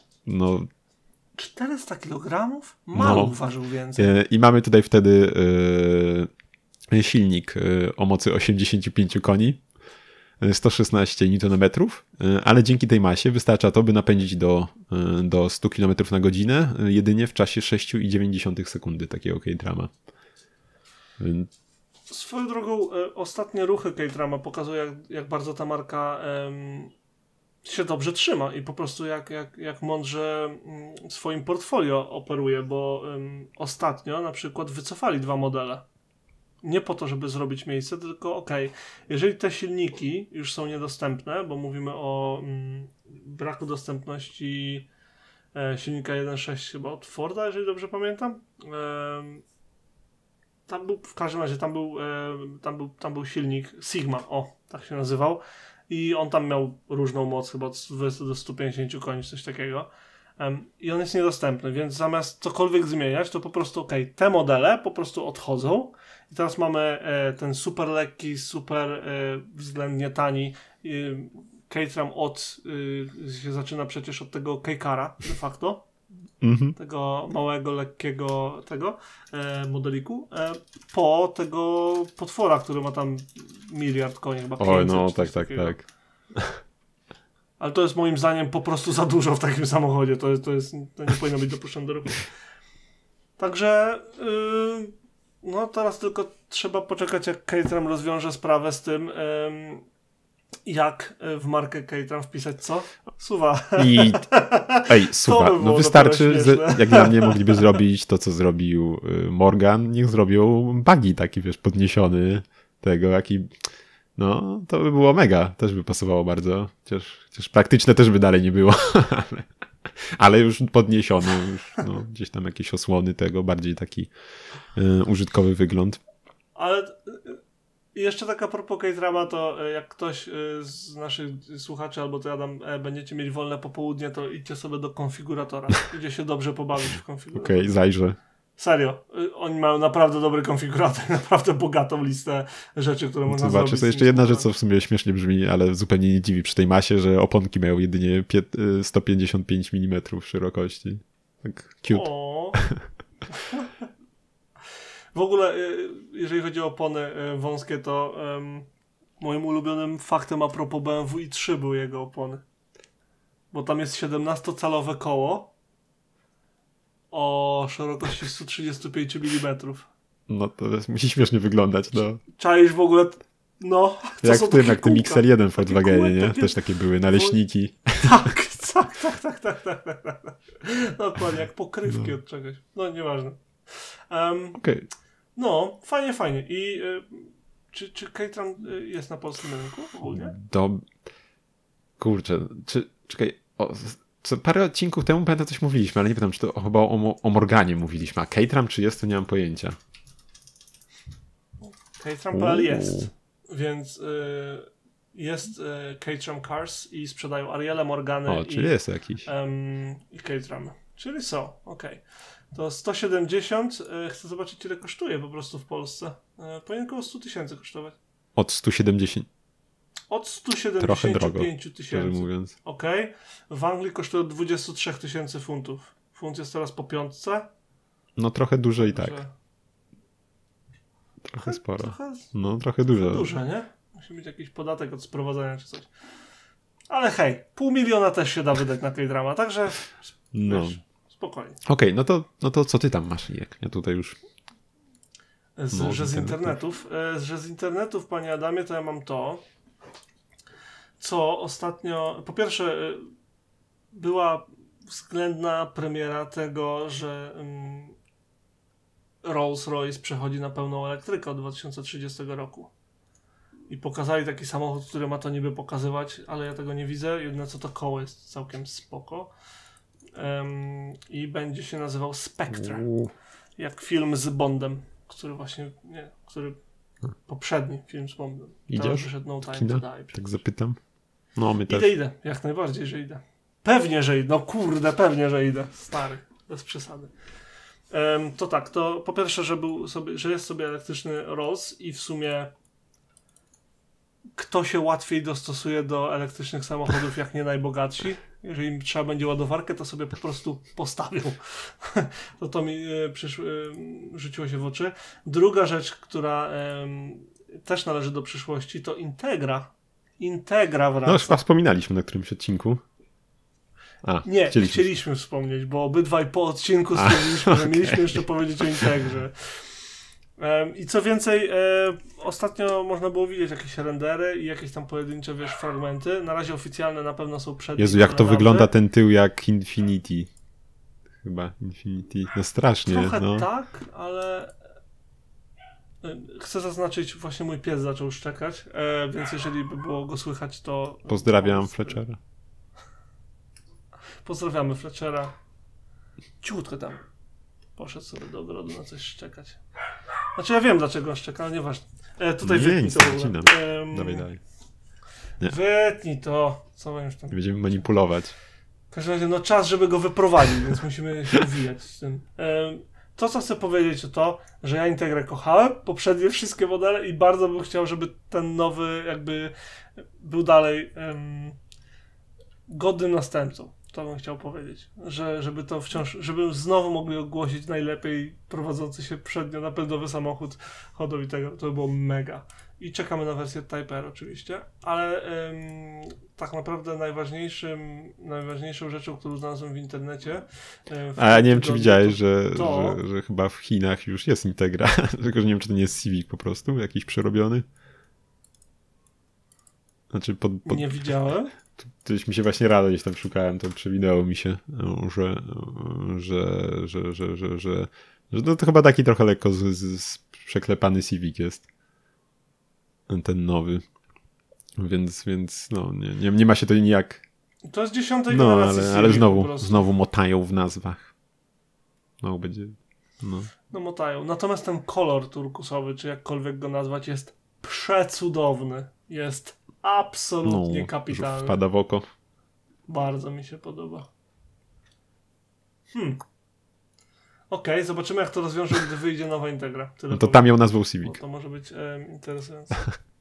400 kg? Mało ważył więcej. I mamy tutaj wtedy silnik o mocy 85 koni, 116 Nm, ale dzięki tej masie wystarcza to, by napędzić do 100 km na godzinę jedynie w czasie 6,9 sekundy takiego K-Trama. Swoją drogą, ostatnie ruchy K-Trama pokazują, jak bardzo ta marka się dobrze trzyma i po prostu jak mądrze swoim portfolio operuje, bo ostatnio na przykład wycofali 2 modele. Nie po to, żeby zrobić miejsce, tylko jeżeli te silniki już są niedostępne, bo mówimy o braku dostępności silnika 1.6 chyba od Forda, jeżeli dobrze pamiętam. W każdym razie tam był silnik Sigma, tak się nazywał. I on tam miał różną moc, chyba od 20 do 150 koni, coś takiego. I on jest niedostępny, więc zamiast cokolwiek zmieniać, to po prostu te modele po prostu odchodzą. I teraz mamy ten super lekki, super względnie tani K-Tram się zaczyna przecież od tego K-Cara de facto. Tego małego, lekkiego modeliku, po tego potwora, który ma tam 1 miliard koni, chyba 500. Oj, no tak. Ale to jest moim zdaniem po prostu za dużo w takim samochodzie. To nie powinno być dopuszczone do ruchu. Także teraz tylko trzeba poczekać, jak K-Tram rozwiąże sprawę z tym, jak w markę K-Tram wpisać co? Suwa. Suwa. No wystarczy, jak dla mnie mogliby zrobić to, co zrobił Morgan. Niech zrobią buggy taki, podniesiony tego, jaki... No, to by było mega. Też by pasowało bardzo. Chociaż praktyczne też by dalej nie było. Ale już podniesiony, gdzieś tam jakieś osłony tego, bardziej taki użytkowy wygląd. Ale jeszcze tak a propos K-Trama, to jak ktoś z naszych słuchaczy albo ty, Adam, będziecie mieć wolne popołudnie, to idźcie sobie do konfiguratora. Idzie się dobrze pobawić w konfiguratorze. Okej, zajrzę. Serio. Oni mają naprawdę dobry konfigurator, naprawdę bogatą listę rzeczy, które można zrobić. Zobaczcie, to jeszcze jedna rzecz, co w sumie śmiesznie brzmi, ale zupełnie nie dziwi przy tej masie, że oponki mają jedynie 155 mm szerokości. Tak cute. W ogóle, jeżeli chodzi o opony wąskie, to moim ulubionym faktem a propos BMW i3 były jego opony. Bo tam jest 17-calowe koło o szerokości 135 mm. No to musi śmiesznie wyglądać, no. Czaisz w ogóle... No, jak tym XL1 w Volkswagenie, nie? Też takie były naleśniki. Tak. Dokładnie, jak pokrywki od czegoś. No, nieważne. Okej. No, fajnie. I czy K-Tram jest na polskim rynku ogólnie? Kurczę, czekaj, parę odcinków temu pamiętam coś mówiliśmy, ale nie pamiętam, czy to chyba o Morganie mówiliśmy, a K-Tram czy jest, to nie mam pojęcia. K-Tram.pl jest, więc jest K-Tram Cars i sprzedają Ariele, Morgany czyli jest jakiś. I K-Tram. Czyli są, okej. To 170, chcę zobaczyć, ile kosztuje po prostu w Polsce. Powinien około 100 000 kosztować. Od 170. Od 175 trochę drogo, 000. Mówiąc. Okej. W Anglii kosztuje od 23 000 funtów. Funt jest teraz po 5. No trochę dużo i tak. Trochę sporo. Trochę dużo. Dużo, nie? Musi być jakiś podatek od sprowadzania czy coś. Ale hej, 500 000 też się da wydać na K-Trama, także wiesz, spokojnie. Okej, no to co ty tam masz, Ijek? Ja tutaj już... Że z internetów, panie Adamie, to ja mam to, co ostatnio... Po pierwsze, była względna premiera tego, że Rolls-Royce przechodzi na pełną elektrykę od 2030 roku. I pokazali taki samochód, który ma to niby pokazywać, ale ja tego nie widzę. Jedyne co, to koło jest całkiem spoko. I będzie się nazywał Spectre. Jak film z Bondem, poprzedni film z Bondem. Idziesz? No Time to Die. Tak zapytam. No, my też. Idę, jak najbardziej, że idę. Pewnie, że idę. No kurde, pewnie, że idę. Stary, bez przesady. To tak, to po pierwsze, że jest sobie elektryczny Rolls i w sumie kto się łatwiej dostosuje do elektrycznych samochodów, jak nie najbogatsi. Jeżeli im trzeba będzie ładowarkę, to sobie po prostu postawią. To mi rzuciło się w oczy. Druga rzecz, która też należy do przyszłości, to Integra. Integra wraca. No, chyba wspominaliśmy na którymś odcinku. Nie, chcieliśmy wspomnieć, bo obydwaj po odcinku stwierdziliśmy, że mieliśmy jeszcze powiedzieć o Integrze. I co więcej, ostatnio można było widzieć jakieś rendery i jakieś tam pojedyncze, fragmenty. Na razie oficjalne na pewno są przed. Jezu, jak to wygląda ten tył jak Infinity. Chyba Infinity. No strasznie. Trochę tak, ale chcę zaznaczyć, właśnie mój pies zaczął szczekać, więc jeżeli by było go słychać, to... Pozdrawiam Fletchera. Pozdrawiamy Fletchera. Ciutko tam. Poszedł sobie do ogrodu na coś szczekać. Znaczy ja wiem, dlaczego on szczeka, ale nieważne. Tutaj wytnij to w ogóle. Dawaj. Nie. Wytnij to. Co już tam? Będziemy manipulować. W każdym razie, czas, żeby go wyprowadzić, więc musimy się uwijać z tym. To, co chcę powiedzieć, to to, że ja Integrę kochałem, poprzednie wszystkie modele i bardzo bym chciał, żeby ten nowy jakby był dalej godnym następcą. To bym chciał powiedzieć. Żeby to wciąż, żeby znowu mogli ogłosić najlepiej prowadzący się przednio-napędowy samochód hodowitego. To by było mega. I czekamy na wersję Type R oczywiście, ale tak naprawdę najważniejszą rzeczą, którą znalazłem w internecie... A ja nie wiem, czy widziałeś, że chyba w Chinach już jest Integra, tylko że nie wiem, czy to nie jest Civic po prostu, jakiś przerobiony. Znaczy Nie widziałem. Kiedyś mi się właśnie rano gdzieś tam szukałem, to przewinęło mi się, że no to chyba taki trochę lekko przeklepany Civic jest. Ten nowy. Więc no, nie ma się to nijak. To jest 10. generacji. Ale znowu motają w nazwach. No będzie. No motają. Natomiast ten kolor turkusowy, czy jakkolwiek go nazwać, jest przecudowny. Jest absolutnie kapitalny. Wpada w oko. Bardzo mi się podoba. Okej, zobaczymy, jak to rozwiąże, gdy wyjdzie nowa Integra. No to tam ją nazwał Civic. To może być interesujące.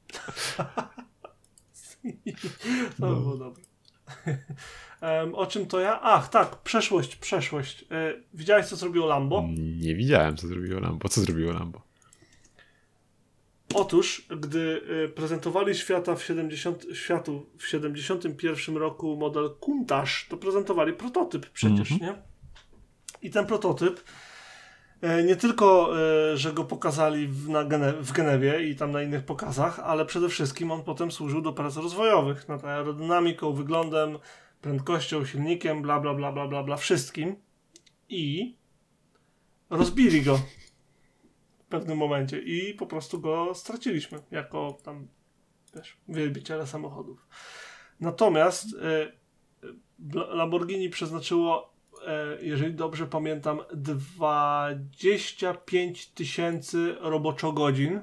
To by było dobre. O czym to ja? Ach, tak, przeszłość. Widziałeś, co zrobiło Lambo? Nie widziałem, co zrobiło Lambo. Co zrobiło Lambo? Otóż, gdy prezentowali światu w 71 roku model Countach, to prezentowali prototyp przecież, nie? I ten prototyp nie tylko, że go pokazali w Genewie i tam na innych pokazach, ale przede wszystkim on potem służył do prac rozwojowych nad aerodynamiką, wyglądem, prędkością, silnikiem, bla, bla, bla, bla, bla, bla, wszystkim. I rozbili go w pewnym momencie i po prostu go straciliśmy jako tam, wielbiciele samochodów. Natomiast Lamborghini przeznaczyło, jeżeli dobrze pamiętam, 25 000 roboczogodzin.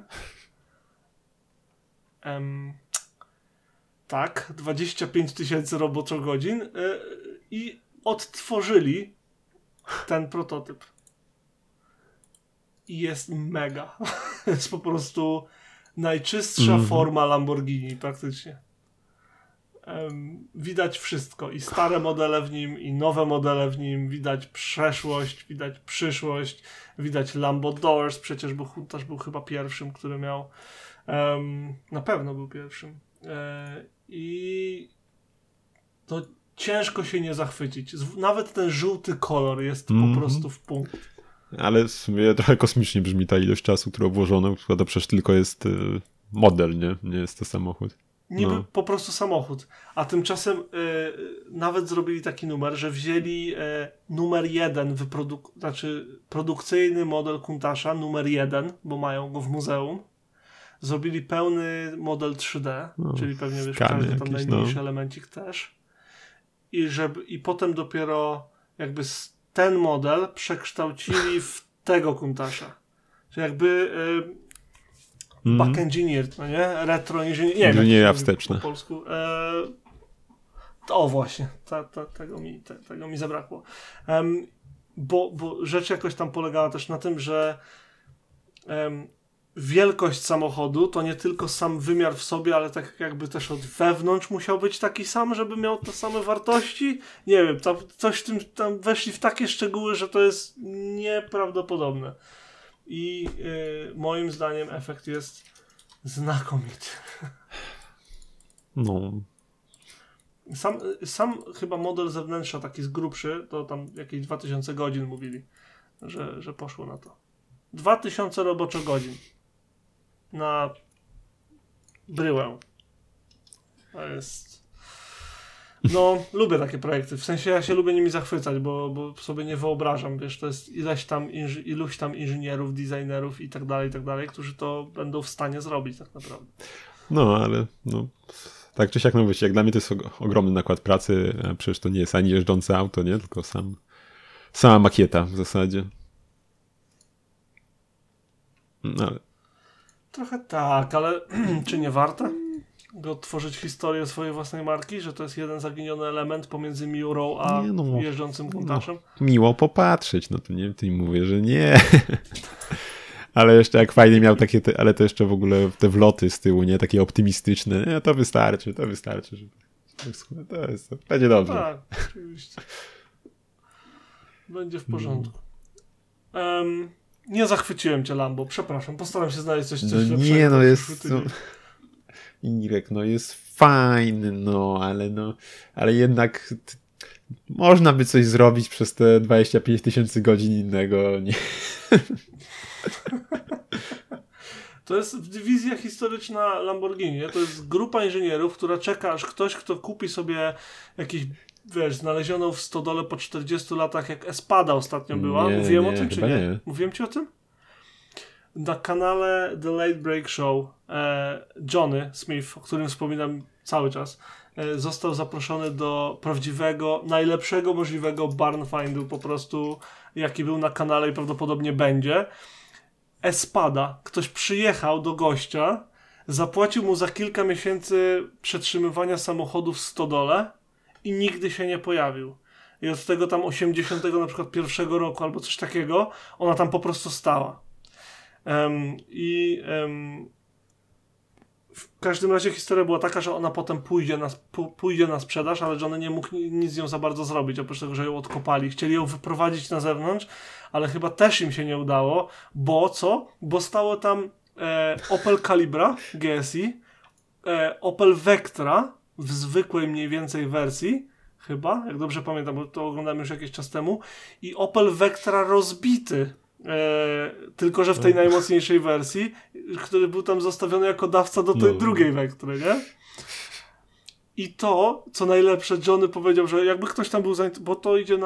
Tak, 25 000 roboczogodzin i odtworzyli ten prototyp. I jest mega. Jest po prostu najczystsza forma Lamborghini praktycznie. Widać wszystko. I stare modele w nim, i nowe modele w nim. Widać przeszłość, widać przyszłość. Widać Lambo Doors, przecież bo Countach był chyba pierwszym, który miał. Na pewno był pierwszym. I to ciężko się nie zachwycić. Nawet ten żółty kolor jest po prostu w punkt. Ale w sumie trochę kosmicznie brzmi ta ilość czasu, którą włożono, to przecież tylko jest model, nie jest to samochód. Niby po prostu samochód. A tymczasem nawet zrobili taki numer, że wzięli numer 1, produkcyjny model Countacha, numer 1, bo mają go w muzeum. Zrobili pełny model 3D, czyli pewnie każdy tam najmniejszy elemencik też. I potem dopiero jakby ten model przekształcili w tego Countacha. Czyli jakby back engineered, no nie? Retro engineered. Inżynieria wsteczna. Po polsku. O właśnie, tego mi zabrakło. Bo rzecz jakoś tam polegała też na tym, że wielkość samochodu to nie tylko sam wymiar w sobie, ale tak jakby też od wewnątrz musiał być taki sam, żeby miał te same wartości. Nie wiem, coś w tym tam weszli w takie szczegóły, że to jest nieprawdopodobne. I moim zdaniem efekt jest znakomity. No. Sam chyba model zewnętrza, taki z grubszy, to tam jakieś 2000 godzin mówili, że poszło na to. 2000 roboczogodzin na bryłę. To jest... No, lubię takie projekty. W sensie ja się lubię nimi zachwycać, bo sobie nie wyobrażam, wiesz, to jest iluś tam inżynierów, designerów i tak dalej, którzy to będą w stanie zrobić tak naprawdę. No, ale no, tak czy siak, no wiecie, jak dla mnie to jest ogromny nakład pracy, a przecież to nie jest ani jeżdżące auto, nie? Tylko sama makieta w zasadzie. No, ale... Trochę tak, ale czy nie warto tworzyć historię swojej własnej marki, że to jest jeden zaginiony element pomiędzy Miurą a jeżdżącym kuntaszem? No, miło popatrzeć, no to nie mówię, że nie. Ale jeszcze jak fajnie miał takie, ale to jeszcze w ogóle te wloty z tyłu, nie? Takie optymistyczne. Nie, to wystarczy. Będzie dobrze. Tak, oczywiście. Będzie w porządku. Nie zachwyciłem cię, Lambo. Przepraszam, postaram się znaleźć coś lepszego. Nie, no jest... Irek, no jest fajny, ale jednak można by coś zrobić przez te 25 000 godzin innego. Nie. To jest wizja historyczna Lamborghini. To jest grupa inżynierów, która czeka, aż ktoś, kto kupi sobie jakiś, wiesz, znalezioną w stodole po 40 latach, jak Espada ostatnio była. Mówiłem o tym, czy nie? Mówiłem ci o tym? Na kanale The Late Break Show Johnny Smith, o którym wspominam cały czas, został zaproszony do prawdziwego, najlepszego możliwego barn findu po prostu, jaki był na kanale i prawdopodobnie będzie. Espada. Ktoś przyjechał do gościa, zapłacił mu za kilka miesięcy przetrzymywania samochodu w stodole i nigdy się nie pojawił. I od tego tam 80 na przykład pierwszego roku albo coś takiego, ona tam po prostu stała. W każdym razie historia była taka, że ona potem pójdzie na sprzedaż, ale Johnny nie mógł nic z nią za bardzo zrobić, oprócz tego, że ją odkopali. Chcieli ją wyprowadzić na zewnątrz, ale chyba też im się nie udało, bo co? Bo stało tam Opel Calibra GSI, Opel Vectra w zwykłej mniej więcej wersji, chyba, jak dobrze pamiętam, bo to oglądałem już jakiś czas temu, i Opel Vectra rozbity. Tylko że w tej najmocniejszej wersji, który był tam zostawiony jako dawca do tej drugiej Vectry, nie? I to, co najlepsze, Johnny powiedział, że jakby ktoś tam był bo to idzie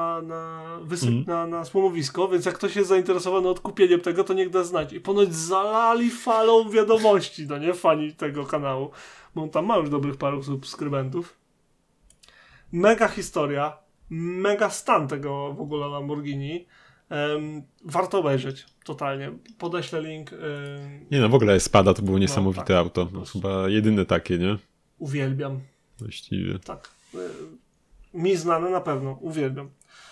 na słomowisko, więc jak ktoś jest zainteresowany odkupieniem tego, to niech da znać. I ponoć zalali falą wiadomości, no nie? Fani tego kanału. Bo on tam ma już dobrych paru subskrybentów. Mega historia, mega stan tego w ogóle Lamborghini. Warto obejrzeć, totalnie. Podeślę link. Nie no, w ogóle Espada to było niesamowite auto. No, chyba jedyne takie, nie? Uwielbiam. Właściwie. Tak. Mi znane na pewno. Uwielbiam.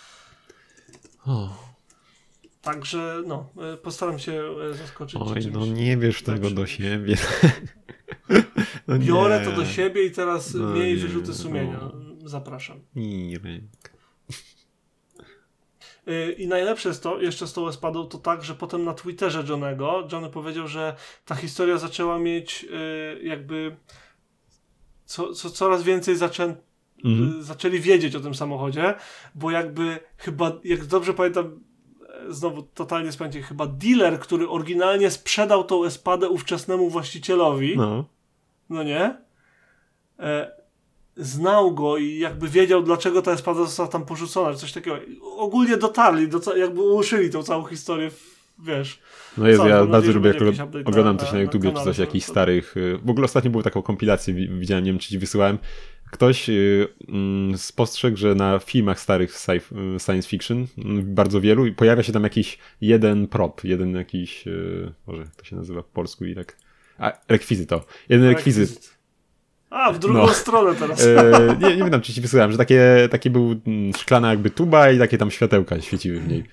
Także postaram się zaskoczyć. Oj, no nie bierz tego do siebie. No biorę to do siebie i teraz miej wyrzuty sumienia. Zapraszam. Irek. I najlepsze jest to, jeszcze z tą Espadą, to tak, że potem na Twitterze Johnny powiedział, że ta historia zaczęła mieć jakby coraz więcej zaczęli wiedzieć o tym samochodzie, bo jakby chyba, jak dobrze pamiętam, znowu totalnie z pamięci, chyba dealer, który oryginalnie sprzedał tą Espadę ówczesnemu właścicielowi, no nie? Znał go i jakby wiedział, dlaczego ta Espada została tam porzucona, czy coś takiego. Ogólnie dotarli, jakby ułuszyli tą całą historię, wiesz. No Jezu, ja bardzo lubię, jak oglądam coś na YouTubie, czy coś jakichś starych... W ogóle ostatnio były taką kompilację, widziałem, nie wiem, czy ci wysyłałem. Ktoś spostrzegł, że na filmach starych science fiction, bardzo wielu, pojawia się tam jakiś jeden prop, jeden jakiś... Może jak to się nazywa w polsku i tak... rekwizyt. Jeden rekwizyt. W drugą stronę teraz. Nie wiem, czy ci wysyłałem, że takie był szklana jakby tuba i takie tam światełka świeciły w niej.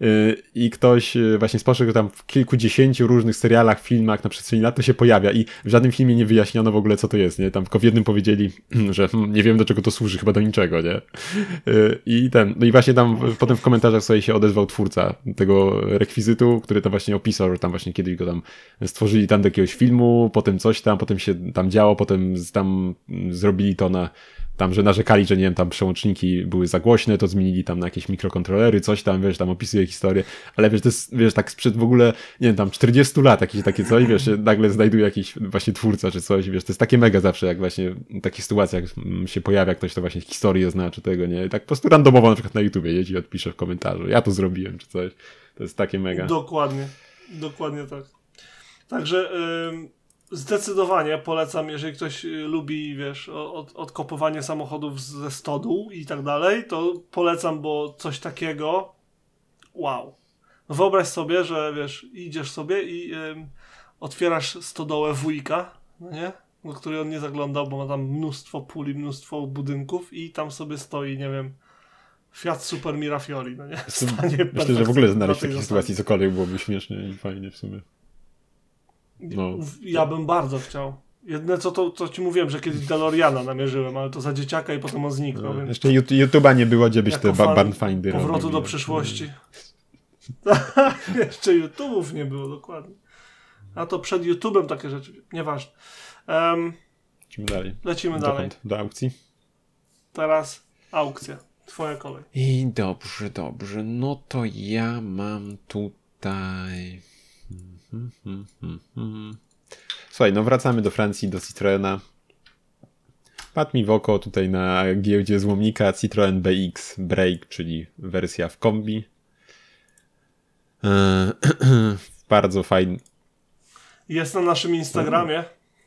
i ktoś właśnie spostrzegł tam w kilkudziesięciu różnych serialach, filmach na przestrzeni lat to się pojawia i w żadnym filmie nie wyjaśniono w ogóle co to jest, nie? Tam tylko w jednym powiedzieli, że nie wiem do czego to służy, chyba do niczego, nie? No i właśnie tam potem w komentarzach sobie się odezwał twórca tego rekwizytu, który to właśnie opisał, że tam właśnie kiedyś go tam stworzyli tam do jakiegoś filmu, potem coś tam, potem się tam działo, potem tam zrobili to tam, że narzekali, że nie wiem, tam przełączniki były za głośne, to zmienili tam na jakieś mikrokontrolery, coś tam, wiesz, tam opisuje historię, ale wiesz, to jest, wiesz, tak sprzed w ogóle, nie wiem, tam 40 lat jakieś takie coś, wiesz, nagle znajduje jakiś właśnie twórca czy coś, wiesz, to jest takie mega zawsze, jak właśnie w takich sytuacjach się pojawia ktoś, to właśnie historię zna, czy tego, nie, tak po prostu randomowo na przykład na YouTubie jeździ i odpisze w komentarzu, ja to zrobiłem, czy coś, to jest takie mega. Dokładnie tak. Także zdecydowanie polecam, jeżeli ktoś lubi, wiesz, odkopywanie samochodów ze stodół i tak dalej, to polecam, bo coś takiego, wow. No wyobraź sobie, że wiesz, idziesz sobie i otwierasz stodołę wujka, no nie? Do której on nie zaglądał, bo ma tam mnóstwo puli, mnóstwo budynków i tam sobie stoi, nie wiem, Fiat Super Mirafiori, no nie? Myślę, że w ogóle znaleźć takiej sytuacji cokolwiek byłoby śmiesznie i fajnie w sumie. No. Ja bym bardzo chciał. Jedyne co ci mówiłem, że kiedyś DeLoreana namierzyłem, ale to za dzieciaka i potem on zniknął. Więc... Jeszcze YouTube'a nie było, gdzie byś te Barnfindy powrotu do przyszłości. Jeszcze YouTube'ów nie było, dokładnie. A to przed YouTube'em takie rzeczy. Nieważne. Lecimy dalej. Do aukcji? Teraz aukcja. Twoja kolej. I dobrze. No to ja mam tutaj... Słuchaj, no wracamy do Francji, do Citroena. Padł mi w oko tutaj na giełdzie złomnika Citroen BX Break, czyli wersja w kombi. Bardzo fajny. Jest na naszym Instagramie.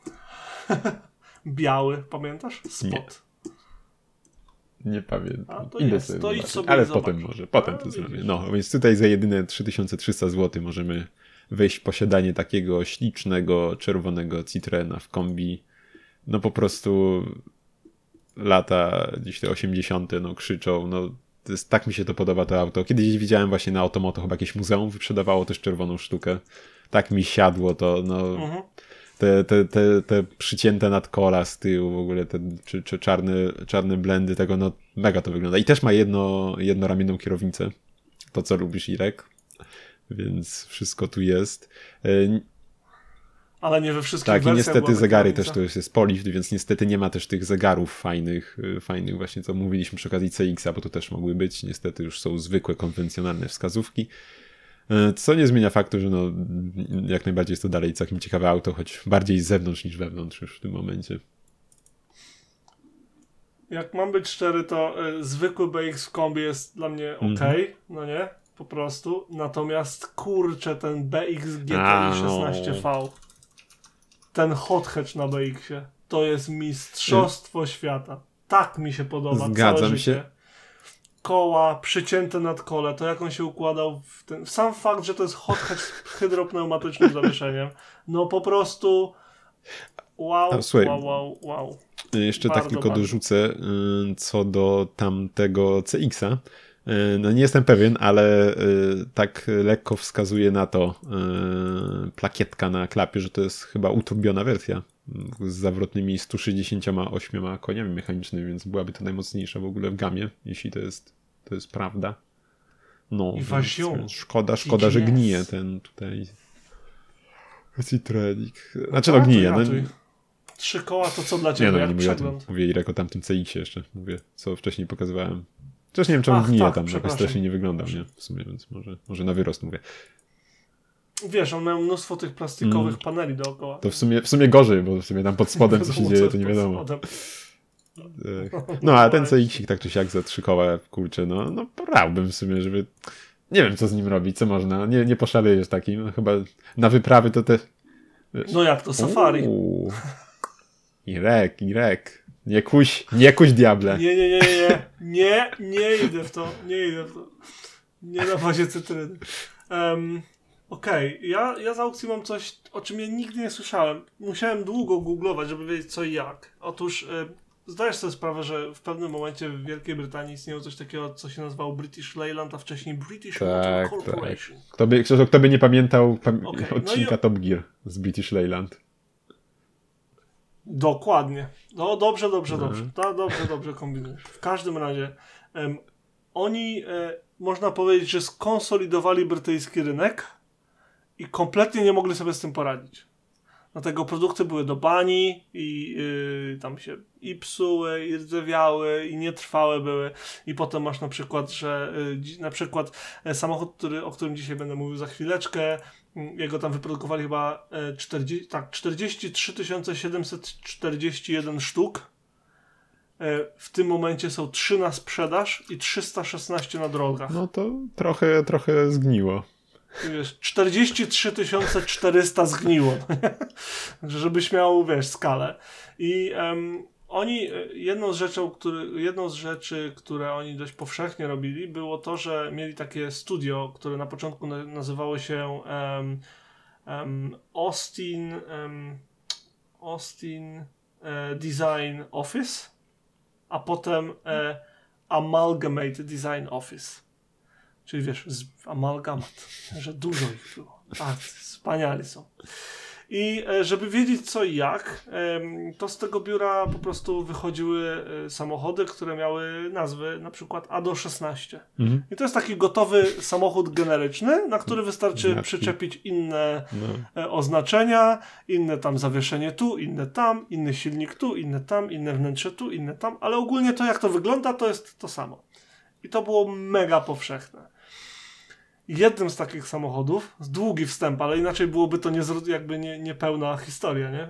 Biały, pamiętasz? Spot. Nie pamiętam. A to jest, to idź sobie ale potem to zrobię. No, więc tutaj za jedyne 3300 zł możemy wejść w posiadanie takiego ślicznego, czerwonego Citroena w kombi. No po prostu lata gdzieś te 80. no krzyczą, no tak mi się to podoba to auto. Kiedyś widziałem właśnie na Automoto, chyba jakieś muzeum wyprzedawało też czerwoną sztukę. Tak mi siadło to, no te przycięte nadkola z tyłu w ogóle, czy czarne blendy tego, no mega to wygląda. I też ma jednoramienną kierownicę, to co lubisz, Irek, więc wszystko tu jest. Ale nie we wszystkich wersjach. Tak, i niestety zegary kierownica. też to jest polift, więc niestety nie ma też tych zegarów fajnych właśnie, co mówiliśmy przy okazji CX-a, bo to też mogły być. Niestety już są zwykłe, konwencjonalne wskazówki. Co nie zmienia faktu, że no, jak najbardziej jest to dalej całkiem ciekawe auto, choć bardziej z zewnątrz niż wewnątrz już w tym momencie. Jak mam być szczery, to zwykły BX w kombi jest dla mnie okej, no nie? Po prostu. Natomiast kurczę, ten BX GTI 16V, ten hot hatch na BX-ie, to jest mistrzostwo świata. Tak mi się podoba. Zgadzam się. Koła, przycięte nadkole, to jak on się układał w ten... Sam fakt, że to jest hot hatch z hydropneumatycznym zawieszeniem, no po prostu wow. Jeszcze bardzo, tak tylko dorzucę co do tamtego CX-a. No nie jestem pewien, ale tak lekko wskazuje na to plakietka na klapie, że to jest chyba uturbiona wersja z zawrotnymi 168 koniami mechanicznymi, więc byłaby to najmocniejsza w ogóle w gamie, jeśli to jest prawda. No, szkoda, że gnije ten tutaj Citroenik. Znaczy no gnije. No, 3 koła to co dla ciebie, jak przegląd? Mówię Irek o tamtym CX-ie jeszcze, mówię, co wcześniej pokazywałem. Też nie wiem, czemu gnije tam, jakoś strasznie nie wyglądał, nie? W sumie, więc może na wyrost mówię. Wiesz, on miał mnóstwo tych plastikowych paneli dookoła. To w sumie gorzej, bo w sumie tam pod spodem co się dzieje, to nie wiadomo. No, a ten CX-ik tak czy siak za 3 koła, kurczę, no brałbym w sumie, żeby... Nie wiem, co z nim robić, co można. Nie poszalejesz takim, chyba na wyprawy to te... No jak to, safari. Irek. Nie kuś diable. Nie idę w to. Nie na bazie cytryny. Okej, ja z aukcji mam coś, o czym ja nigdy nie słyszałem. Musiałem długo googlować, żeby wiedzieć co i jak. Otóż zdajesz sobie sprawę, że w pewnym momencie w Wielkiej Brytanii istniało coś takiego, co się nazywało British Leyland, a wcześniej British Motor Corporation. Tak. Kto by nie pamiętał odcinka Top Gear z British Leyland. Dokładnie. No dobrze. Dobrze kombinujesz. W każdym razie oni, można powiedzieć, że skonsolidowali brytyjski rynek i kompletnie nie mogli sobie z tym poradzić. Dlatego produkty były do bani i tam się i psuły, i rdzewiały, i nietrwałe były. I potem masz na przykład, że samochód, o którym dzisiaj będę mówił za chwileczkę, jego tam wyprodukowali chyba 43 741 sztuk. W tym momencie są 3 na sprzedaż i 316 na drogach. No to trochę zgniło. Wiesz, 43 400 zgniło. Żebyś miał, skalę. I oni, jedną z rzeczy, które oni dość powszechnie robili, było to, że mieli takie studio, które na początku nazywało się Austin Design Office, a potem Amalgamate Design Office. Czyli amalgamat, że dużo ich było. Tak, wspaniali są. I żeby wiedzieć co i jak, to z tego biura po prostu wychodziły samochody, które miały nazwy na przykład ADO-16. I to jest taki gotowy samochód generyczny, na który wystarczy przyczepić inne oznaczenia, inne tam zawieszenie tu, inne tam, inny silnik tu, inne tam, inne wnętrze tu, inne tam, ale ogólnie to jak to wygląda, to jest to samo. I to było mega powszechne. Jednym z takich samochodów, długi wstęp, ale inaczej byłoby to niepełna historia, nie?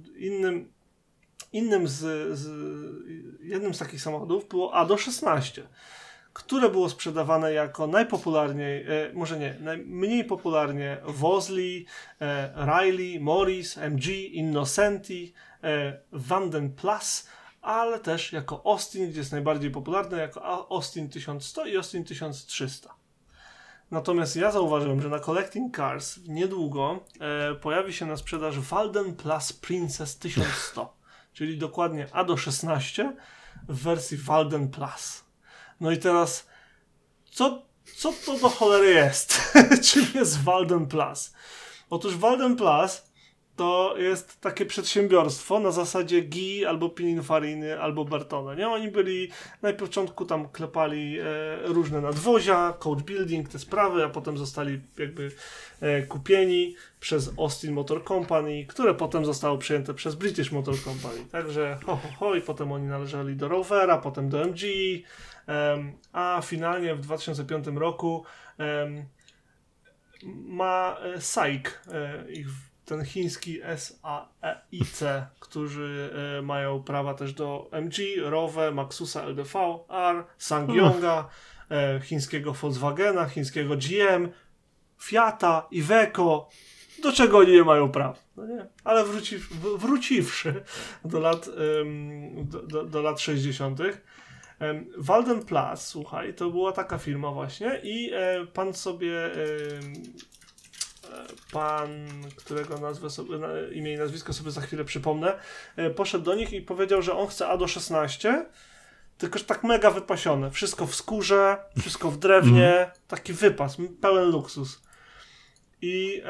Jednym z takich samochodów było ADO-16, które było sprzedawane jako najpopularniej, najmniej popularnie Wolseley, Riley, Morris, MG, Innocenti, Vanden Plas, ale też jako Austin, gdzie jest najbardziej popularne, jako Austin 1100 i Austin 1300. Natomiast ja zauważyłem, że na Collecting Cars niedługo pojawi się na sprzedaż Walden Plus Princess 1100, czyli dokładnie ADO-16 w wersji Walden Plus. No i teraz, co to do cholery jest? Czym jest Walden Plus? Otóż Walden Plus to jest takie przedsiębiorstwo na zasadzie GI albo Pininfariny albo Bertona, nie? Oni byli na początku tam klepali różne nadwozia, coach building, te sprawy, a potem zostali kupieni przez Austin Motor Company, które potem zostało przejęte przez British Motor Company. Także i potem oni należeli do Rovera, potem do MG, a finalnie w 2005 roku ma SAIC, ten chiński SAIC, którzy mają prawa też do MG, Rowe, Maxusa LDV, R, Sangyonga, chińskiego Volkswagena, chińskiego GM, Fiata, Iveco, do czego oni nie mają praw. No nie? Ale wróciwszy do lat 60., Walden Plus, słuchaj, to była taka firma właśnie i pan, którego imię i nazwisko sobie za chwilę przypomnę, poszedł do nich i powiedział, że on chce ADO-16, tylko że tak mega wypasione. Wszystko w skórze, wszystko w drewnie, taki wypas, pełen luksus. I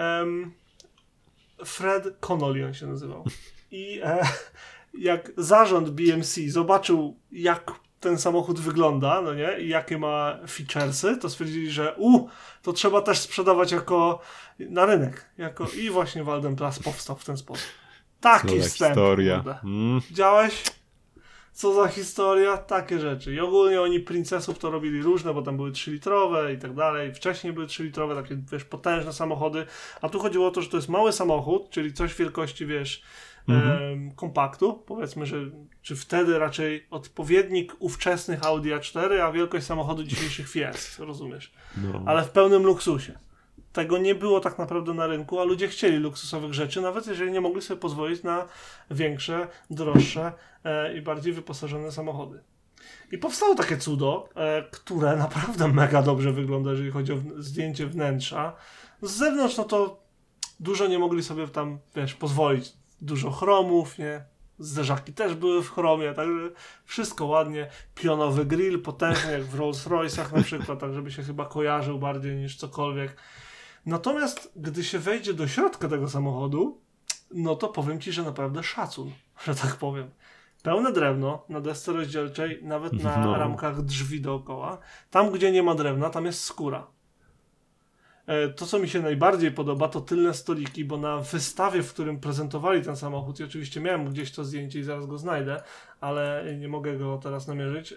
Fred Connolly on się nazywał. I jak zarząd BMC zobaczył, jak ten samochód wygląda, no nie, i jakie ma featuresy, to stwierdzili, że to trzeba też sprzedawać na rynek. I właśnie Walden Plus powstał w ten sposób. Taki wstęp. Historia. Widziałeś? Co za historia? Takie rzeczy. I ogólnie oni Princessów to robili różne, bo tam były 3-litrowe i tak dalej. Wcześniej były 3-litrowe, takie, potężne samochody. A tu chodziło o to, że to jest mały samochód, czyli coś wielkości, kompaktu. Powiedzmy, że czy wtedy raczej odpowiednik ówczesnych Audi A4, a wielkość samochodu dzisiejszych Fiat, rozumiesz? No. Ale w pełnym luksusie. Tego nie było tak naprawdę na rynku, a ludzie chcieli luksusowych rzeczy, nawet jeżeli nie mogli sobie pozwolić na większe, droższe i bardziej wyposażone samochody. I powstało takie cudo, które naprawdę mega dobrze wygląda, jeżeli chodzi o zdjęcie wnętrza. Z zewnątrz, no to dużo nie mogli sobie tam, pozwolić. Dużo chromów, nie? Zderzaki też były w chromie, także wszystko ładnie. Pionowy grill, potężny jak w Rolls-Royce'ach na przykład, tak żeby się chyba kojarzył bardziej niż cokolwiek. Natomiast gdy się wejdzie do środka tego samochodu, no to powiem ci, że naprawdę szacun, że tak powiem. Pełne drewno na desce rozdzielczej, nawet na ramkach drzwi dookoła. Tam, gdzie nie ma drewna, tam jest skóra. To, co mi się najbardziej podoba, to tylne stoliki, bo na wystawie, w którym prezentowali ten samochód, i oczywiście miałem gdzieś to zdjęcie i zaraz go znajdę, ale nie mogę go teraz namierzyć,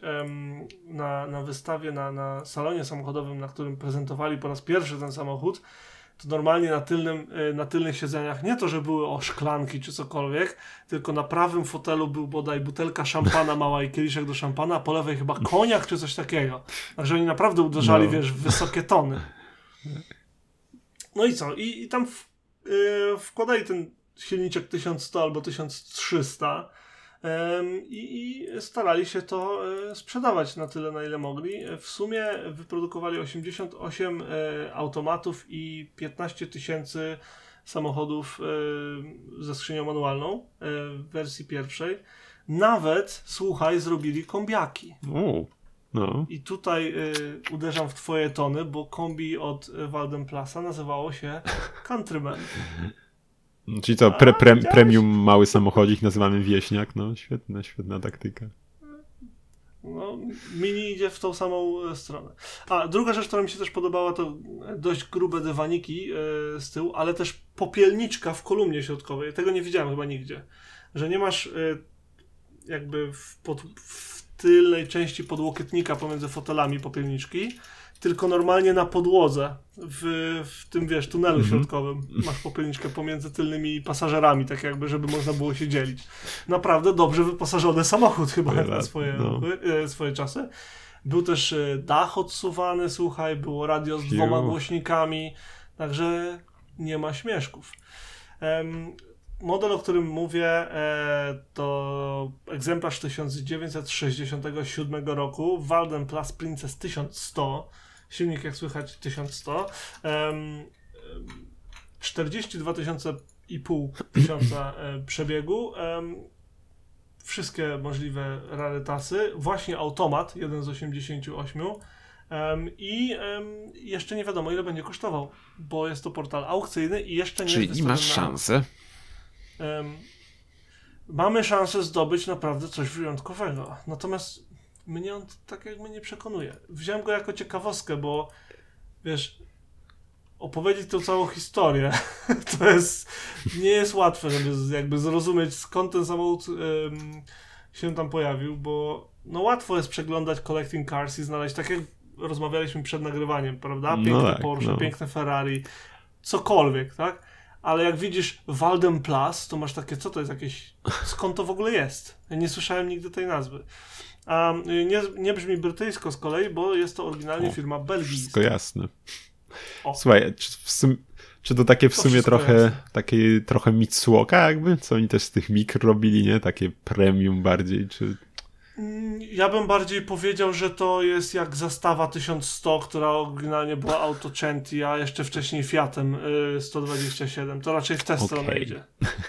na wystawie, na salonie samochodowym, na którym prezentowali po raz pierwszy ten samochód, to normalnie na tylnych siedzeniach nie to, że były szklanki czy cokolwiek, tylko na prawym fotelu był bodaj butelka szampana mała i kieliszek do szampana, a po lewej chyba koniak czy coś takiego. Także oni naprawdę uderzali, wiesz, w wysokie tony. No i co? I tam wkładali ten silniczek 1100 albo 1300 i starali się to sprzedawać na tyle, na ile mogli. W sumie wyprodukowali 88 automatów i 15 000 samochodów ze skrzynią manualną w wersji pierwszej. Nawet, słuchaj, zrobili kombiaki. No. I tutaj uderzam w twoje tony, bo kombi od Waldenplasa nazywało się Countryman. Czyli to premium mały samochodzik nazywany wieśniak. No, świetna taktyka. No, Mini idzie w tą samą stronę. A druga rzecz, która mi się też podobała, to dość grube dywaniki z tyłu, ale też popielniczka w kolumnie środkowej. Tego nie widziałem chyba nigdzie. Że nie masz jakby w tylnej części podłokietnika pomiędzy fotelami popielniczki, tylko normalnie na podłodze w tym, wiesz, tunelu środkowym masz popielniczkę pomiędzy tylnymi pasażerami, tak jakby, żeby można było się dzielić. Naprawdę dobrze wyposażony samochód chyba na swoje czasy. Był też dach odsuwany, słuchaj, było radio z 2 głośnikami, także nie ma śmieszków. Model, o którym mówię, to egzemplarz 1967 roku, Waldenplas Princess 1100, silnik jak słychać 1100, 42 500 przebiegu, wszystkie możliwe rarytasy, właśnie automat, jeden z 88 i jeszcze nie wiadomo ile będzie kosztował, bo jest to portal aukcyjny i jeszcze nie jest wystawiony. Czyli masz szansę? Mamy szansę zdobyć naprawdę coś wyjątkowego. Natomiast mnie on tak jakby nie przekonuje. Wziąłem go jako ciekawostkę, bo wiesz, opowiedzieć tą całą historię to nie jest łatwe, żeby jakby zrozumieć, skąd ten samochód się tam pojawił, bo no łatwo jest przeglądać Collecting Cars i znaleźć, tak jak rozmawialiśmy przed nagrywaniem, prawda? Piękne Porsche, piękne Ferrari, cokolwiek, tak? Ale jak widzisz Waldenplas, to masz takie, co to jest jakieś, skąd to w ogóle jest? Ja nie słyszałem nigdy tej nazwy. A nie brzmi brytyjsko z kolei, bo jest to oryginalnie firma belgijska. Wszystko jasne. Słuchaj, czy to takie w sumie trochę Mitsuoka jakby? Co oni też z tych mikr robili, nie? Takie premium bardziej, czy... Ja bym bardziej powiedział, że to jest jak zastawa 1100, która oryginalnie była Autocenti, a jeszcze wcześniej Fiatem 127. To raczej w tę stronę idzie.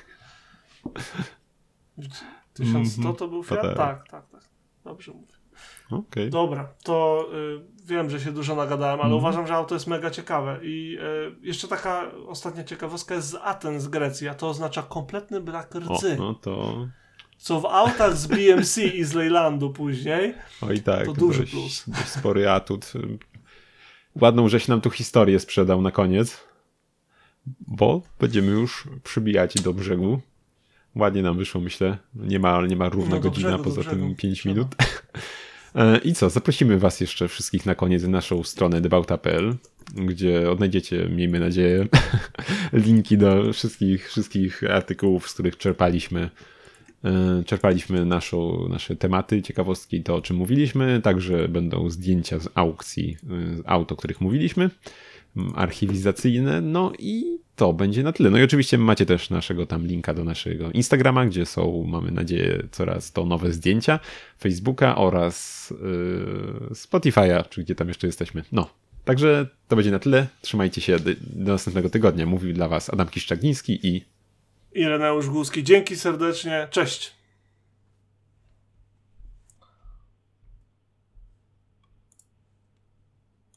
1100 to był Fiat? Tak. Dobrze mówię. Okay. Dobra, to wiem, że się dużo nagadałem, ale uważam, że auto jest mega ciekawe. I jeszcze taka ostatnia ciekawostka jest z Aten, z Grecji, a to oznacza kompletny brak rdzy. No to... Co w autach z BMC i z Leylandu później, oj tak, to duży plus. Dość spory atut. Ładną, żeś nam tu historię sprzedał na koniec, bo będziemy już przybijać do brzegu. Ładnie nam wyszło, myślę. Nie ma równa godzina, poza tym 5 minut. I co, zaprosimy was jeszcze wszystkich na koniec na naszą stronę debauta.pl, gdzie odnajdziecie, miejmy nadzieję, linki do wszystkich artykułów, z których czerpaliśmy nasze tematy, ciekawostki, to o czym mówiliśmy. Także będą zdjęcia z aukcji aut, o których mówiliśmy, archiwizacyjne, no i to będzie na tyle. No i oczywiście macie też naszego tam linka do naszego Instagrama, gdzie są, mamy nadzieję, coraz to nowe zdjęcia, Facebooka oraz Spotify'a, czy gdzie tam jeszcze jesteśmy. No, także to będzie na tyle. Trzymajcie się do następnego tygodnia. Mówił dla was Adam Kiszczak-Gliński i Ireneusz Głuski. Dzięki serdecznie. Cześć.